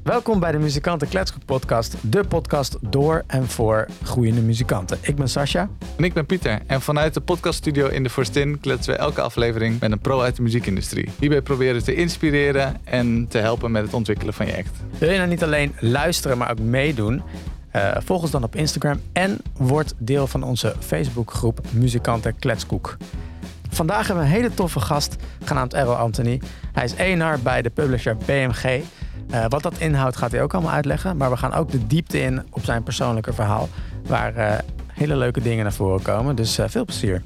Welkom bij de Muzikanten Kletskoek podcast. De podcast door en voor groeiende muzikanten. Ik ben Sascha. En ik ben Pieter. En vanuit de podcaststudio in de Forstin kletsen we elke aflevering met een pro uit de muziekindustrie. Hierbij proberen te inspireren en te helpen met het ontwikkelen van je act. Wil je nou niet alleen luisteren, maar ook meedoen? Volg ons dan op Instagram en word deel van onze Facebookgroep Muzikanten Kletskoek. Vandaag hebben we een hele toffe gast genaamd Errol Anthony. Hij is A&R bij de publisher BMG. Wat dat inhoudt gaat hij ook allemaal uitleggen. Maar we gaan ook de diepte in op zijn persoonlijke verhaal. Waar hele leuke dingen naar voren komen. Dus veel plezier.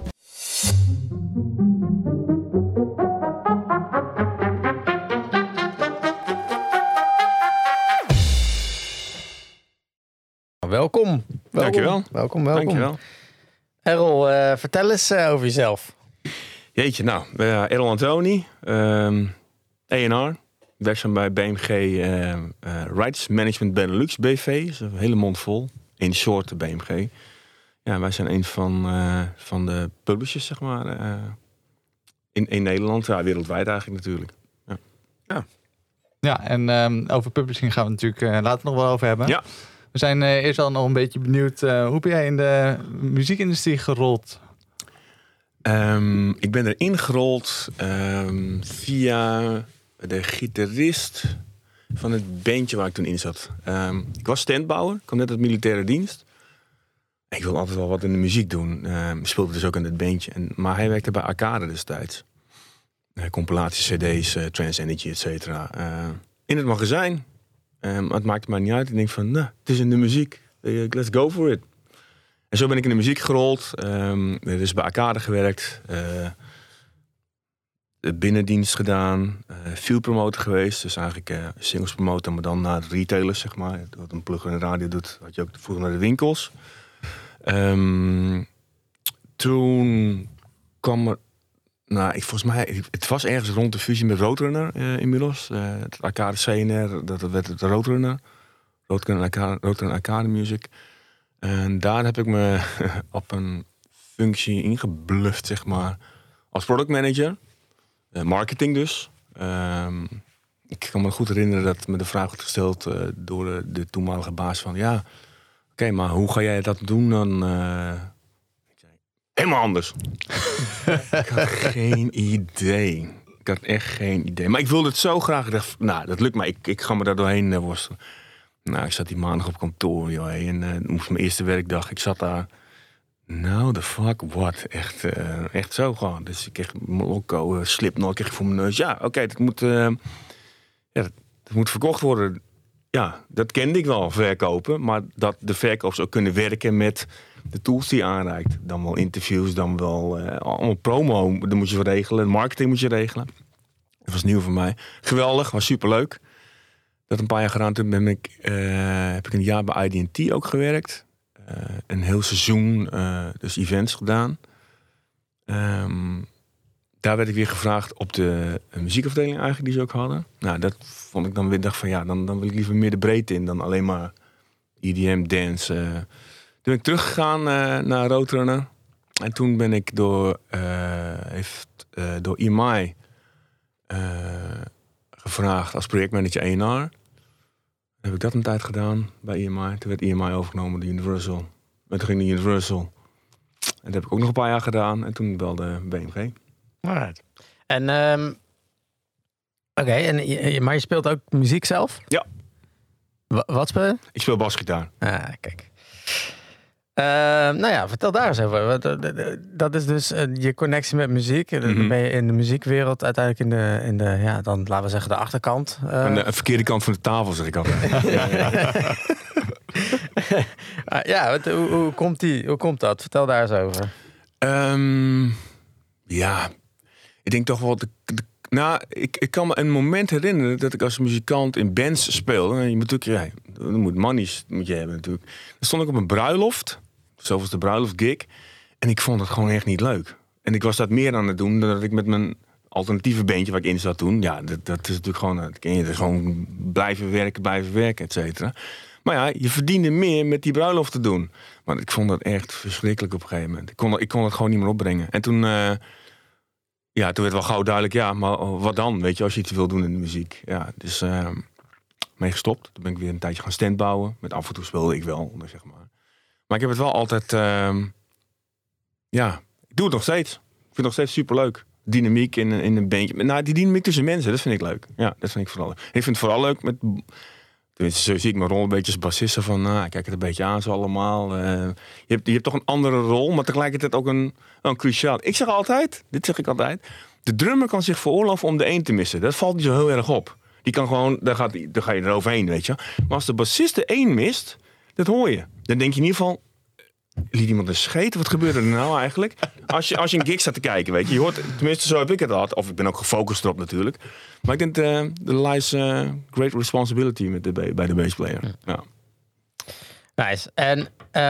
Welkom. Dankjewel. Welkom. Dankjewel. Errol, vertel eens over jezelf. Jeetje, nou, Errol Anthony, A&R. Werkzaam bij BMG Rights Management Benelux BV. Dat is een hele mond vol. In short de BMG. Ja, wij zijn een van de publishers, zeg maar. In Nederland. Ja, wereldwijd eigenlijk natuurlijk. Ja, en over publishing gaan we natuurlijk later nog wel over hebben. Ja. We zijn eerst al nog een beetje benieuwd. Hoe ben jij in de muziekindustrie gerold? Ik ben erin gerold via de gitarist van het bandje waar ik toen in zat. Ik was standbouwer, ik kwam net uit militaire dienst. Ik wilde altijd wel wat in de muziek doen. Speelde dus ook in het bandje. Maar hij werkte bij Arcade destijds. Compilaties, cd's, Trance Energy, et cetera. In het magazijn. Het maakte mij niet uit. Ik denk van, het is in de muziek. Let's go for it. En zo ben ik in de muziek gerold. Dus bij Arcade gewerkt. De binnendienst gedaan. Field promoter geweest. Dus eigenlijk singles promoten, maar dan naar de retailers, zeg maar. Wat een plugger in de radio doet, had je ook vroeger naar de winkels. Toen kwam er... volgens mij, het was ergens rond de fusie met Roadrunner inmiddels. Het Arcade CNR, dat werd het Roadrunner. Roadrunner Arcade Music. En daar heb ik me op een functie ingebluft, zeg maar. Als product manager. Marketing dus. Ik kan me goed herinneren dat me de vraag werd gesteld door de toenmalige baas van... Ja, oké, maar hoe ga jij dat doen dan? Ik zei, helemaal anders. Ik had geen idee. Ik had echt geen idee. Maar ik wilde het zo graag. Ik dacht, dat lukt maar. Ik ga me daar doorheen worstelen. Ik zat die maandag op kantoor, joh. En moest mijn eerste werkdag. Ik zat daar... the fuck, what? Echt zo gewoon. Dus ik kreeg Moloko, Slipknot kreeg ik voor mijn neus. Ja, oké, dat moet verkocht worden. Ja, dat kende ik wel, verkopen. Maar dat de verkopers ook kunnen werken met de tools die je aanreikt. Dan wel interviews, dan wel allemaal promo. Dat moet je regelen, marketing moet je regelen. Dat was nieuw voor mij. Geweldig, was superleuk. Dat een paar jaar gedaan. Toen heb ik een jaar bij ID&T ook gewerkt. Een heel seizoen dus events gedaan. Daar werd ik weer gevraagd op de muziekafdeling eigenlijk die ze ook hadden. Dat vond ik dan weer, dacht van dan wil ik liever meer de breedte in dan alleen maar EDM, dance. Toen ben ik teruggegaan naar Roadrunner. En toen ben ik door EMI gevraagd als projectmanager A&R. Heb ik dat een tijd gedaan bij EMI. Toen werd EMI overgenomen door Universal. En toen ging naar Universal. En dat heb ik ook nog een paar jaar gedaan. En toen belde BMG. Alright. En, maar je speelt ook muziek zelf? Ja. Wat speel je? Ik speel basgitaar. Kijk. Vertel daar eens over. Dat is dus je connectie met muziek. Dan ben je in de muziekwereld uiteindelijk in de dan laten we zeggen de achterkant. Aan de verkeerde kant van de tafel, zeg ik altijd. Hoe komt dat? Vertel daar eens over. Ik denk toch wel... Ik kan me een moment herinneren dat ik als muzikant in bands speelde. Je moet natuurlijk, monies moet je hebben natuurlijk. Dan stond ik op een bruiloft. Zo was de bruiloft gig. En ik vond het gewoon echt niet leuk. En ik was dat meer aan het doen dan dat ik met mijn alternatieve bandje waar ik in zat toen. Ja, dat is natuurlijk gewoon... Dat ken je, dus gewoon blijven werken, et cetera. Maar ja, je verdiende meer met die bruiloft te doen. Maar ik vond dat echt verschrikkelijk op een gegeven moment. Ik kon het gewoon niet meer opbrengen. En toen... toen werd wel gauw duidelijk, maar wat dan? Weet je, als je iets wil doen in de muziek. Ja, dus mee gestopt. Toen ben ik weer een tijdje gaan standbouwen. Met af en toe speelde ik wel, zeg maar. Maar ik heb het wel altijd... ik doe het nog steeds. Ik vind het nog steeds superleuk. Dynamiek in een bandje. Nou, die dynamiek tussen mensen, dat vind ik leuk. Ja, dat vind ik vooral leuk. Ik vind het vooral leuk met... Tenminste, zo zie ik mijn rol een beetje als bassiste van... ik kijk het een beetje aan zo allemaal. Je hebt toch een andere rol, maar tegelijkertijd ook een cruciaal. Ik zeg altijd, dit zeg ik altijd... De drummer kan zich veroorloven om de één te missen. Dat valt niet zo heel erg op. Die kan gewoon, daar ga je eroverheen, weet je. Maar als de bassist de één mist, dat hoor je. Dan denk je in ieder geval... Liet iemand een scheet? Wat gebeurde er nou eigenlijk? Als je een gig staat te kijken, weet je. Je hoort, tenminste zo heb ik het gehad. Of ik ben ook gefocust erop natuurlijk. Maar ik denk, er lies great responsibility bij de bassplayer. Ja. Nice. En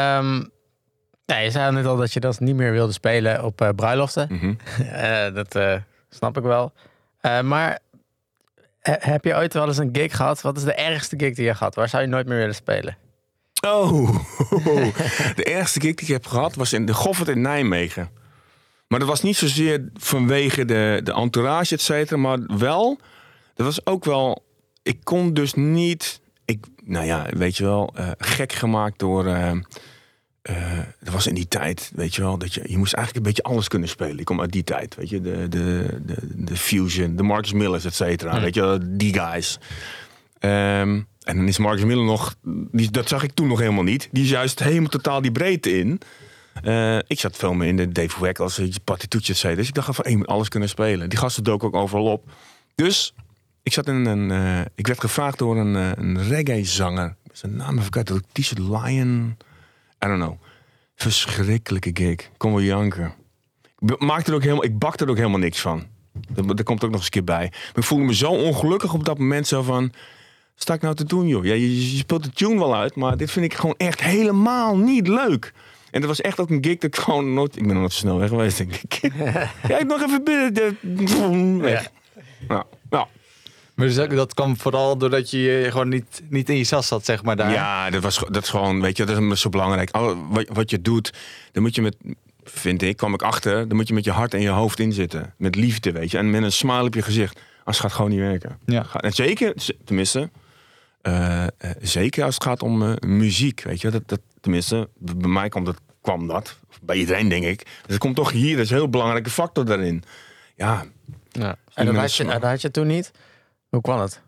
je zei net al dat je dat niet meer wilde spelen op bruiloften. Mm-hmm. Dat snap ik wel. Maar heb je ooit wel eens een gig gehad? Wat is de ergste gig die je gehad? Waar zou je nooit meer willen spelen? Oh, de ergste gig die ik heb gehad was in de Goffert in Nijmegen. Maar dat was niet zozeer vanwege de entourage, et cetera. Maar wel, dat was ook wel... Ik kon dus niet... weet je wel, gek gemaakt door... dat was in die tijd, weet je wel, dat je moest eigenlijk een beetje alles kunnen spelen. Ik kom uit die tijd, weet je, de Fusion, de Marcus Millers, et cetera. Weet je, die guys. En dan is Marcus Miller nog... dat zag ik toen nog helemaal niet. Die is juist helemaal totaal die breedte in. Ik zat veel meer in de Dave Weckl, partitoetje, et cetera. Dus ik dacht van, je moet alles kunnen spelen. Die gasten doken ook overal op. Dus ik zat in ik werd gevraagd door een reggae-zanger. Zijn naam even kijken. T-shirt Lion... I don't know. Verschrikkelijke gig. Ik kon wel janken. Ik bakte er ook helemaal niks van. Dat komt ook nog eens een keer bij. Maar ik voelde me zo ongelukkig op dat moment zo van... Sta ik nou te doen, joh? Ja, je speelt de tune wel uit, maar dit vind ik gewoon echt helemaal niet leuk. En dat was echt ook een gig dat ik gewoon nooit... Ik ben nog nooit zo snel weg geweest, denk ik. Ja, ik nog even binnen. Weg. Ja. Nou. Maar dus dat kwam vooral doordat je gewoon niet in je sas zat, zeg maar, daar. Ja, dat is gewoon, weet je, dat is zo belangrijk. Wat je doet, dan moet je kwam ik achter, dan moet je met je hart en je hoofd inzitten. Met liefde, weet je. En met een smile op je gezicht. Anders gaat het gewoon niet werken. Ja. En zeker, tenminste, zeker als het gaat om muziek, weet je. Tenminste, bij mij kwam dat. Bij iedereen, denk ik. Dus het komt toch hier, dat is een heel belangrijke factor daarin. Ja. En dat had je toen niet? Hoe kwam het?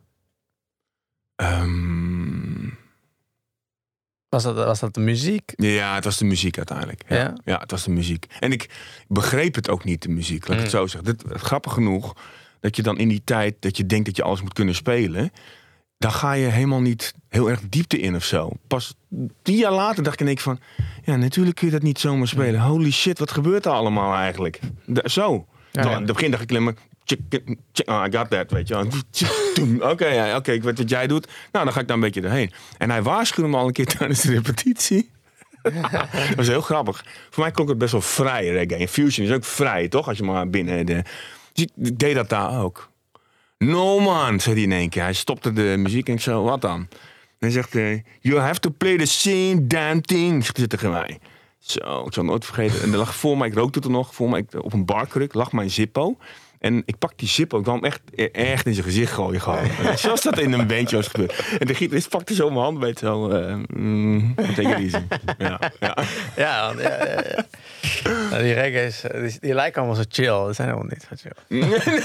Was dat de muziek? Ja, het was de muziek uiteindelijk. Ja, het was de muziek. En ik begreep het ook niet, de muziek. Laat ik het zo zeggen. Grappig genoeg dat je dan in die tijd... dat je denkt dat je alles moet kunnen spelen... dan ga je helemaal niet heel erg diepte in of zo. Pas 10 jaar later dacht ik in één keer van... ja, natuurlijk kun je dat niet zomaar spelen. Holy shit, wat gebeurt er allemaal eigenlijk? Zo. In het begin dacht ik alleen maar... I got that, weet je. Oké, ik weet wat jij doet. Nou, dan ga ik daar een beetje doorheen. En hij waarschuwde me al een keer tijdens de repetitie. Dat was heel grappig. Voor mij klonk het best wel vrij, reggae. En Fusion is ook vrij, toch? Als je maar binnen Dus ik deed dat daar ook. No man, zei hij in één keer. Hij stopte de muziek en ik zo, wat dan? En hij zegt, you have to play the same damn thing, zegt hij tegen mij. Zo, ik zal het nooit vergeten. En er lag voor mij, ik rookte er nog, voor mij op een barkruk lag mijn Zippo. En ik pak die Zippo, ik kwam echt in zijn gezicht gooien. Zoals dat in een bandje was gebeurd. En de gitarist pakte zo mijn hand, weet zo. Take it easy. Ja. Die reggae's, die lijken allemaal zo chill. Dat zijn helemaal niet zo chill.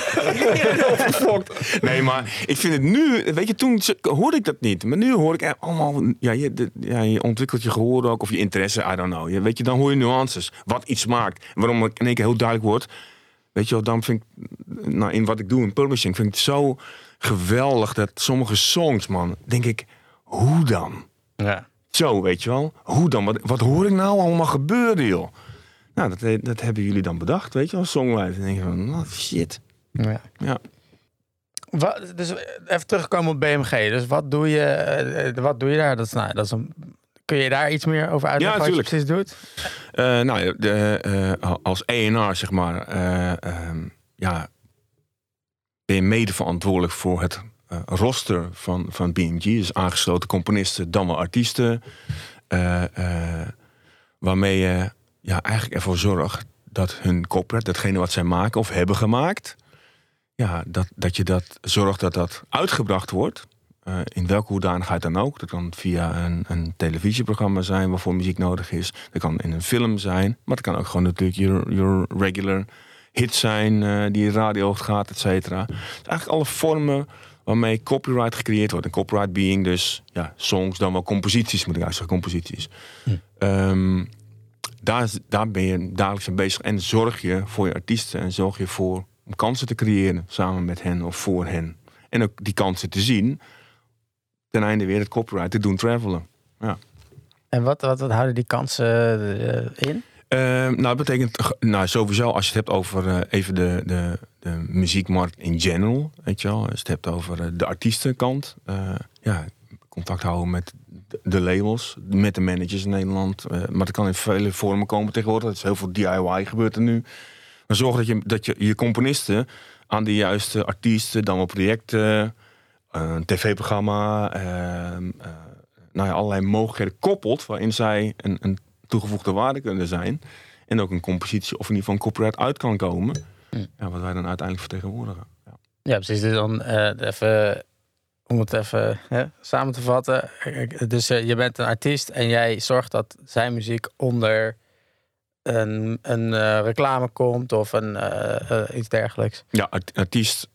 Nee, maar ik vind het nu... Weet je, toen hoorde ik dat niet. Maar nu hoor ik allemaal... Ja, je ontwikkelt je gehoor ook, of je interesse, I don't know. Weet je, dan hoor je nuances. Wat iets maakt. Waarom het in één keer heel duidelijk wordt... Weet je wel, dan vind ik, in wat ik doe in publishing, vind ik het zo geweldig dat sommige songs, man, denk ik, hoe dan? Ja. Zo, weet je wel, hoe dan? Wat hoor ik nou allemaal gebeuren, joh? Nou, dat hebben jullie dan bedacht, weet je wel, songwriter. Dan denk je van, shit. Ja. Dus even terugkomen op BMG. Dus wat doe je daar? Dat is kun je daar iets meer over uitleggen wat je precies doet? Als A&R, zeg maar, ben je mede verantwoordelijk voor het roster van BMG. Dus aangesloten componisten, dan wel artiesten. Waarmee je eigenlijk ervoor zorgt dat hun copyright, datgene wat zij maken of hebben gemaakt, dat je zorgt dat uitgebracht wordt. In welke hoedanigheid dan ook. Dat kan via een televisieprogramma zijn waarvoor muziek nodig is. Dat kan in een film zijn. Maar het kan ook gewoon natuurlijk your regular hit zijn die in de radio gaat, et cetera. Dus eigenlijk alle vormen waarmee copyright gecreëerd wordt. En copyright being dus songs, dan wel composities, moet ik eigenlijk zeggen, composities. Daar ben je dagelijks aan bezig. En zorg je voor je artiesten en zorg je voor om kansen te creëren samen met hen of voor hen. En ook die kansen te zien, ten einde weer het copyright te doen travelen. Ja. En wat houden die kansen in? Dat betekent sowieso als je het hebt over even de muziekmarkt in general, weet je wel. Als je het hebt over de artiestenkant, contact houden met de labels, met de managers in Nederland. Maar dat kan in vele vormen komen tegenwoordig. Het is heel veel DIY gebeurt er nu. Maar zorg dat je componisten aan de juiste artiesten, dan wel projecten, een tv-programma, allerlei mogelijkheden koppelt waarin zij een toegevoegde waarde kunnen zijn. En ook een compositie of in ieder geval een copyright uit kan komen. Ja, wat wij dan uiteindelijk vertegenwoordigen. Ja, precies. Dus dan om het even samen te vatten. Dus je bent een artiest en jij zorgt dat zijn muziek onder een reclame komt of iets dergelijks. Ja, artiest.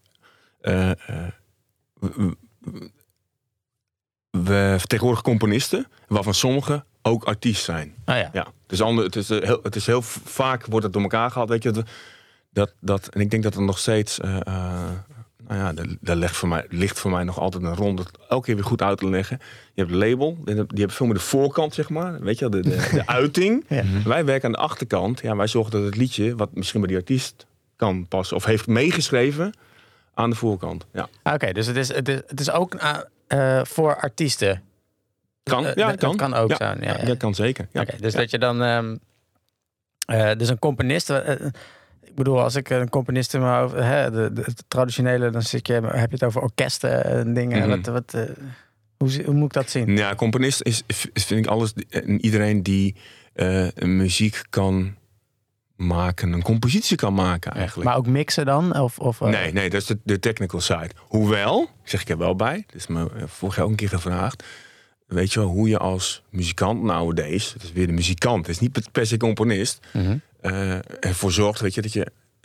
We vertegenwoordigen componisten, waarvan sommigen ook artiest zijn. Dus het is heel vaak wordt het door elkaar gehaald, weet je. En ik denk dat het nog steeds, daar ligt voor mij nog altijd een rol, dat elke keer weer goed uit te leggen. Je hebt een label, die hebben veel meer de voorkant, zeg maar, weet je, de uiting. Ja. Wij werken aan de achterkant. Ja, wij zorgen dat het liedje, wat misschien bij die artiest kan passen of heeft meegeschreven, aan de voorkant. Ja. Oké, dus het is ook voor artiesten. Dat kan ook zijn. Ja. Dat kan zeker. Ja. Okay, dus dat je dan dus een componist. Ik bedoel, als ik een componist in mijn hoofd, de traditionele, dan heb je het over orkesten en dingen. Mm-hmm. Hoe moet ik dat zien? Ja, componist is vind ik alles. Iedereen die muziek kan maken, een compositie kan maken eigenlijk. Maar ook mixen dan? Nee, dat is de technical side. Hoewel, zeg ik er wel bij, dat is me vorig jaar ook een keer gevraagd. Weet je wel, hoe je als muzikant nowadays, het is weer de muzikant, het is niet per se componist, ervoor zorgt, weet je, dat je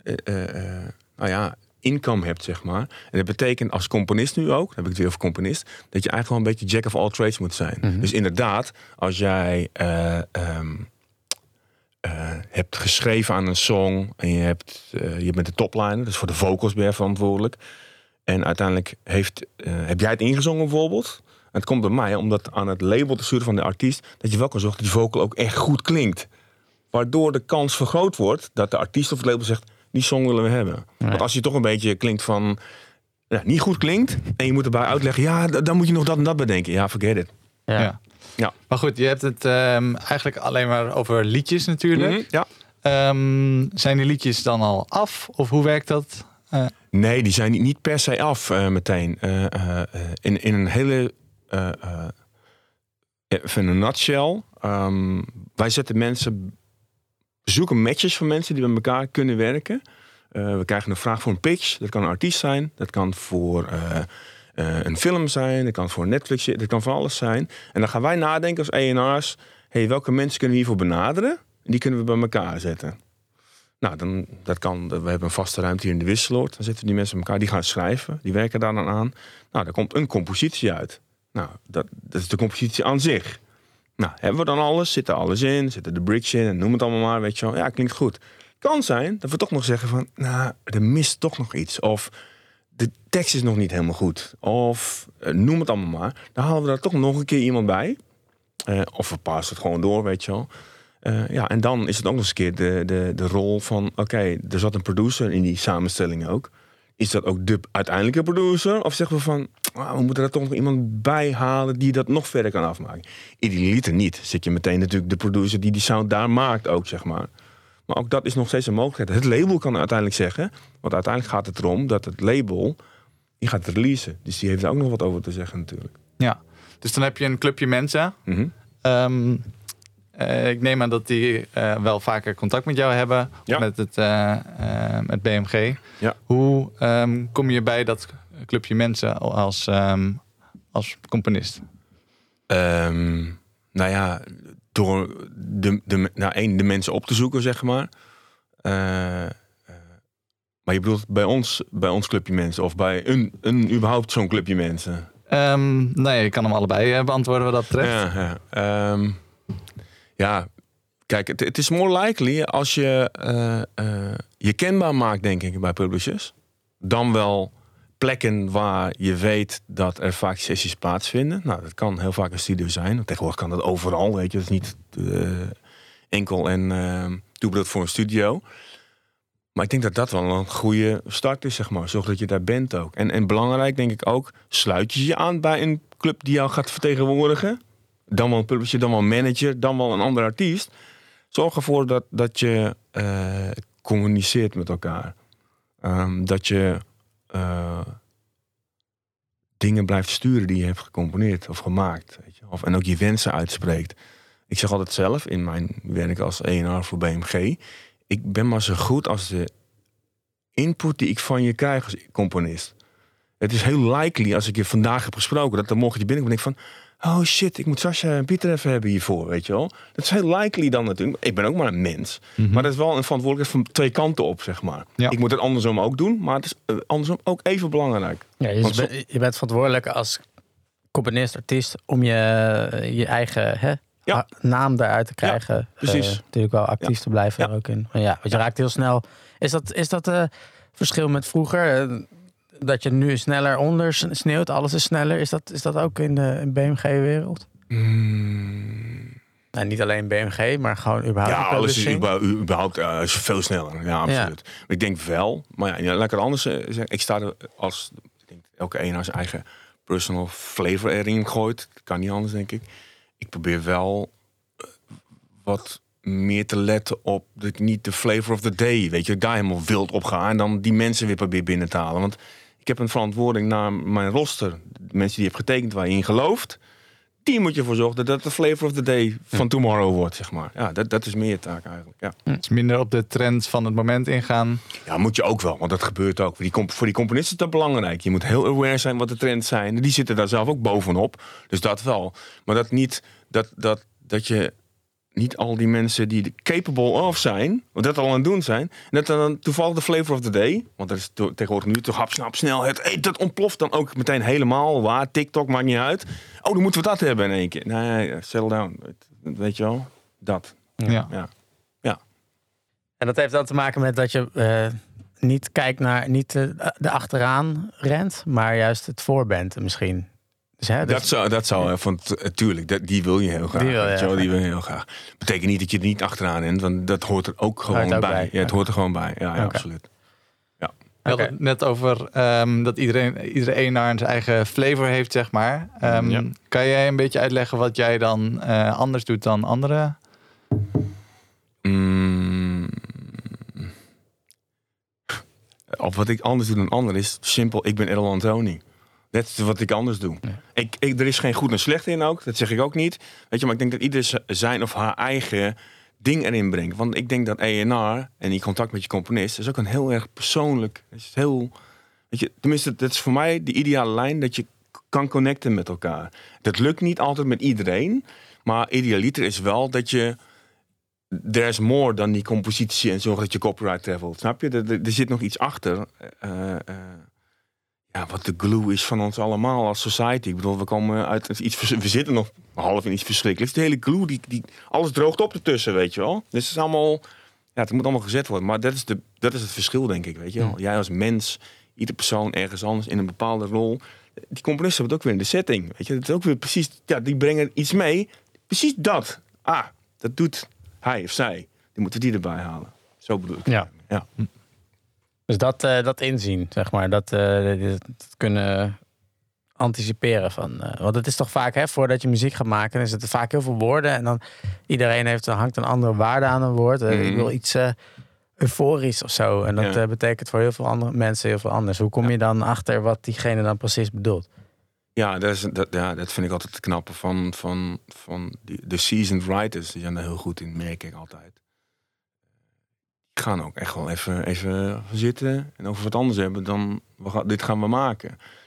income hebt, zeg maar. En dat betekent als componist nu ook, dan heb ik het weer over componist, dat je eigenlijk wel een beetje jack of all trades moet zijn. Mm-hmm. Dus inderdaad, als jij hebt geschreven aan een song en je bent de topliner, dus voor de vocals ben je verantwoordelijk. En uiteindelijk heb jij het ingezongen bijvoorbeeld. En het komt door mij, omdat aan het label te sturen van de artiest, dat je wel kan zorgen dat die vocal ook echt goed klinkt. Waardoor de kans vergroot wordt dat de artiest of het label zegt, die song willen we hebben. Nee. Want als je toch een beetje klinkt van, niet goed klinkt, en je moet erbij uitleggen, dan moet je nog dat en dat bedenken. Ja, forget it. Ja. Maar goed, je hebt het eigenlijk alleen maar over liedjes natuurlijk. Mm-hmm, ja. Zijn die liedjes dan al af? Of hoe werkt dat? Nee, die zijn niet per se af meteen. In een hele... even in een nutshell. Wij zoeken matches van mensen die met elkaar kunnen werken. We krijgen een vraag voor een pitch. Dat kan een artiest zijn. Dat kan voor een film zijn. Dat kan voor Netflix. Dat kan voor alles zijn. En dan gaan wij nadenken als A&R's. Welke mensen kunnen we hiervoor benaderen? En die kunnen we bij elkaar zetten. Nou, dat kan. We hebben een vaste ruimte hier in de Wisseloord. Dan zetten we die mensen bij elkaar. Die gaan schrijven. Die werken daar dan aan. Nou, daar komt een compositie uit. Nou, dat is de compositie aan zich. Nou, hebben we dan alles? Zit er alles in? Zit er de bridge in? En noem het allemaal maar, weet je wel. Ja, klinkt goed. Kan zijn dat we toch nog zeggen van, er mist toch nog iets. Of de tekst is nog niet helemaal goed. Of noem het allemaal maar. Dan halen we daar toch nog een keer iemand bij. Of we passen het gewoon door, weet je wel. En dan is het ook nog eens een keer de rol van, oké, er zat een producer in die samenstelling ook. Is dat ook de uiteindelijke producer? Of zeggen we van, we moeten er toch nog iemand bij halen die dat nog verder kan afmaken? Idealiter niet. Zit je meteen natuurlijk de producer die sound daar maakt ook, zeg maar. Maar ook dat is nog steeds een mogelijkheid. Het label kan uiteindelijk zeggen, want uiteindelijk gaat het erom dat het label, die gaat het releasen. Dus die heeft daar ook nog wat over te zeggen natuurlijk. Ja, dus dan heb je een clubje mensen. Mm-hmm. Ik neem aan dat die wel vaker contact met jou hebben. Ja. Met BMG. Ja. Hoe kom je bij dat clubje mensen als als componist? Nou ja, door de mensen op te zoeken, zeg maar. Maar je bedoelt bij ons clubje mensen of bij een überhaupt zo'n clubje mensen? Nee, je kan hem allebei beantwoorden wat dat betreft. Ja, kijk, het is more likely als je je kenbaar maakt, denk ik, bij publishers. Dan wel plekken waar je weet dat er vaak sessies plaatsvinden. Nou, dat kan heel vaak een studio zijn. Tegenwoordig kan dat overal, weet je. Dat is niet enkel en toebedoeld voor een studio. Maar ik denk dat dat wel een goede start is, zeg maar. Zorg dat je daar bent ook. En belangrijk, denk ik ook, sluit je je aan bij een club die jou gaat vertegenwoordigen. Dan wel een publisher, dan wel een manager, dan wel een andere artiest. Zorg ervoor dat je communiceert met elkaar. Dat je dingen blijft sturen die je hebt gecomponeerd of gemaakt. Weet je? En ook je wensen uitspreekt. Ik zeg altijd zelf, in mijn werk als A&R voor BMG... ik ben maar zo goed als de input die ik van je krijg als componist. Het is heel likely, als ik je vandaag heb gesproken... dat dan morgen je binnenkomt en denk van... oh shit, ik moet Sascha en Pieter even hebben hiervoor, weet je wel. Dat is heel likely dan natuurlijk. Ik ben ook maar een mens. Mm-hmm. Maar dat is wel een verantwoordelijkheid van twee kanten op, zeg maar. Ja. Ik moet het andersom ook doen, maar het is andersom ook even belangrijk. Ja, je bent verantwoordelijk als componist, artiest... om je eigen naam daaruit te krijgen. Ja, precies. Natuurlijk wel actief te blijven er ook in. Maar ja, want je raakt heel snel... Is dat verschil met vroeger... dat je nu sneller onder sneeuwt, alles is sneller. Is dat ook in de BMG-wereld? Nou, niet alleen BMG, maar gewoon überhaupt. Ja, alles is überhaupt is veel sneller. Ja, absoluut. Ja. Ik denk wel, maar ja, laat ik het anders zeggen. Ik sta er als elke een zijn eigen personal flavor erin gooit. Dat kan niet anders, denk ik. Ik probeer wel wat meer te letten op niet de flavor of the day. Weet je, ik daar helemaal wild op ga en dan die mensen weer probeer binnen te halen. Want ik heb een verantwoording naar mijn roster. De mensen die je hebt getekend waar je in gelooft. Die moet je ervoor zorgen dat dat de flavor of the day van tomorrow wordt, zeg maar. Ja, dat is meer je taak eigenlijk. Ja. Dus minder op de trend van het moment ingaan. Ja, moet je ook wel, want dat gebeurt ook. Voor die componisten is dat belangrijk. Je moet heel aware zijn wat de trends zijn. Die zitten daar zelf ook bovenop. Dus dat wel. Maar dat niet dat je niet al die mensen die capable of zijn, dat al aan het doen zijn, dat dan toevallig de flavor of the day, want dat is tegenwoordig nu toch hap, snel, dat ontploft dan ook meteen helemaal. Waar, TikTok, maakt niet uit. Oh, dan moeten we dat hebben in één keer. Nee, settle down. Weet je wel? Dat. Ja. En dat heeft dan te maken met dat je niet kijkt naar, niet de achteraan rent, maar juist het voor bent misschien. Dus, dat zou tuurlijk, die wil je heel graag. Die wil je heel graag. Betekent niet dat je er niet achteraan rent, want dat hoort er ook gewoon bij. Ja, het hoort er gewoon bij. Ja, okay. Absoluut. Ja. We hadden het net over dat iedereen naar zijn eigen flavor heeft, zeg maar. Kan jij een beetje uitleggen wat jij dan anders doet dan anderen? Of wat ik anders doe dan anderen is simpel. Ik ben Errol Anthony. Dat is wat ik anders doe. Ja. Er is geen goed en slecht in ook. Dat zeg ik ook niet. Weet je, maar ik denk dat ieder zijn of haar eigen ding erin brengt. Want ik denk dat A&R en die contact met je componist is ook een heel erg persoonlijk. Het is heel, weet je, tenminste, dat is voor mij de ideale lijn dat je kan connecten met elkaar. Dat lukt niet altijd met iedereen. Maar idealiter is wel dat je there's more dan die compositie en zorg dat je copyright travelt. Snap je? Er zit nog iets achter. Wat de glue is van ons allemaal als society. Ik bedoel, we komen uit iets. We zitten nog half in iets verschrikkelijks. De hele glue, die alles droogt op ertussen, weet je wel. Dus het is allemaal. Ja, het moet allemaal gezet worden. Maar dat is het verschil, denk ik, weet je wel. Jij als mens, ieder persoon ergens anders in een bepaalde rol. Die componisten hebben het ook weer in de setting, weet je. Dat is ook weer precies. Ja, die brengen iets mee. Precies dat. Dat doet hij of zij. Die moeten die erbij halen. Zo bedoel ik. Ja. Dus dat inzien, zeg maar. Dat kunnen anticiperen van. Want het is toch vaak, voordat je muziek gaat maken, is het vaak heel veel woorden. En dan iedereen hangt een andere waarde aan een woord. Ik wil iets euforisch of zo. En dat betekent voor heel veel andere mensen heel veel anders. Hoe kom je dan achter wat diegene dan precies bedoelt? Ja, dat vind ik altijd te knappen van de seasoned writers. Die zijn daar heel goed in, merk ik altijd. Die gaan ook echt wel even zitten en over wat anders hebben dan dit gaan we maken.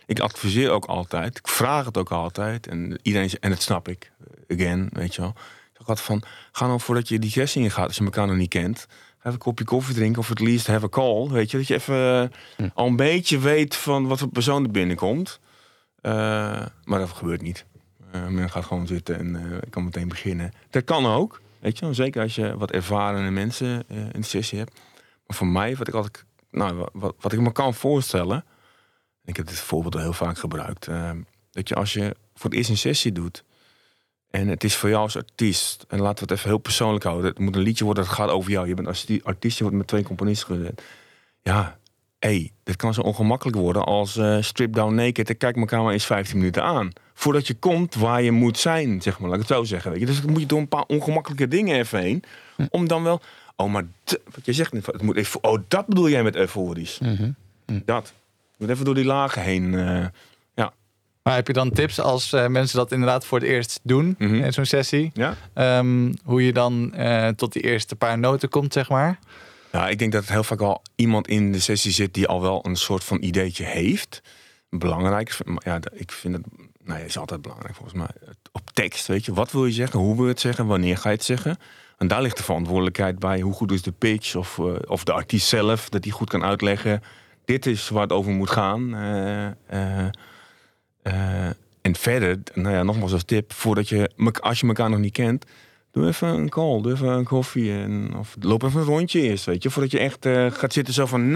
Ik adviseer ook altijd. Ik vraag het ook altijd. En iedereen en dat snap ik. Again, weet je wel. Ik had van, ga nou voordat je die sessie ingaat, als je elkaar nog niet kent, even een kopje koffie drinken of at least have a call. Weet je, dat je even al een beetje weet van wat voor persoon er binnenkomt. Maar dat gebeurt niet. Men gaat gewoon zitten en kan meteen beginnen. Dat kan ook. Weet je, zeker als je wat ervarende mensen in de sessie hebt. Maar voor mij, wat ik me kan voorstellen, ik heb dit voorbeeld al heel vaak gebruikt, dat je als je voor het eerst een sessie doet en het is voor jou als artiest, en laten we het even heel persoonlijk houden, het moet een liedje worden dat gaat over jou. Je bent als artiest, je wordt met 2 componisten gezet. Ja, dit kan zo ongemakkelijk worden als strip down naked en kijk elkaar maar eens 15 minuten aan. Voordat je komt waar je moet zijn, zeg maar, laat ik het zo zeggen. Weet je? Dus dan moet je door een paar ongemakkelijke dingen even heen, om dan wel, wat je zegt, het moet even, dat bedoel jij met euforisch. Dat. Je moet even door die lagen heen. Maar heb je dan tips als mensen dat inderdaad voor het eerst doen in zo'n sessie? Ja? Hoe je dan tot die eerste paar noten komt, zeg maar? Ja, ik denk dat het heel vaak al iemand in de sessie zit die al wel een soort van ideetje heeft. Belangrijk. Ja, ik vind het, is altijd belangrijk volgens mij. Op tekst, weet je. Wat wil je zeggen? Hoe wil je het zeggen? Wanneer ga je het zeggen? En daar ligt de verantwoordelijkheid bij. Hoe goed is de pitch? Of de artiest zelf, dat hij goed kan uitleggen. Dit is waar het over moet gaan. En verder, nogmaals als tip, als je elkaar nog niet kent, doe even een call, doe even een koffie of loop even een rondje eerst, weet je, voordat je echt gaat zitten zo van,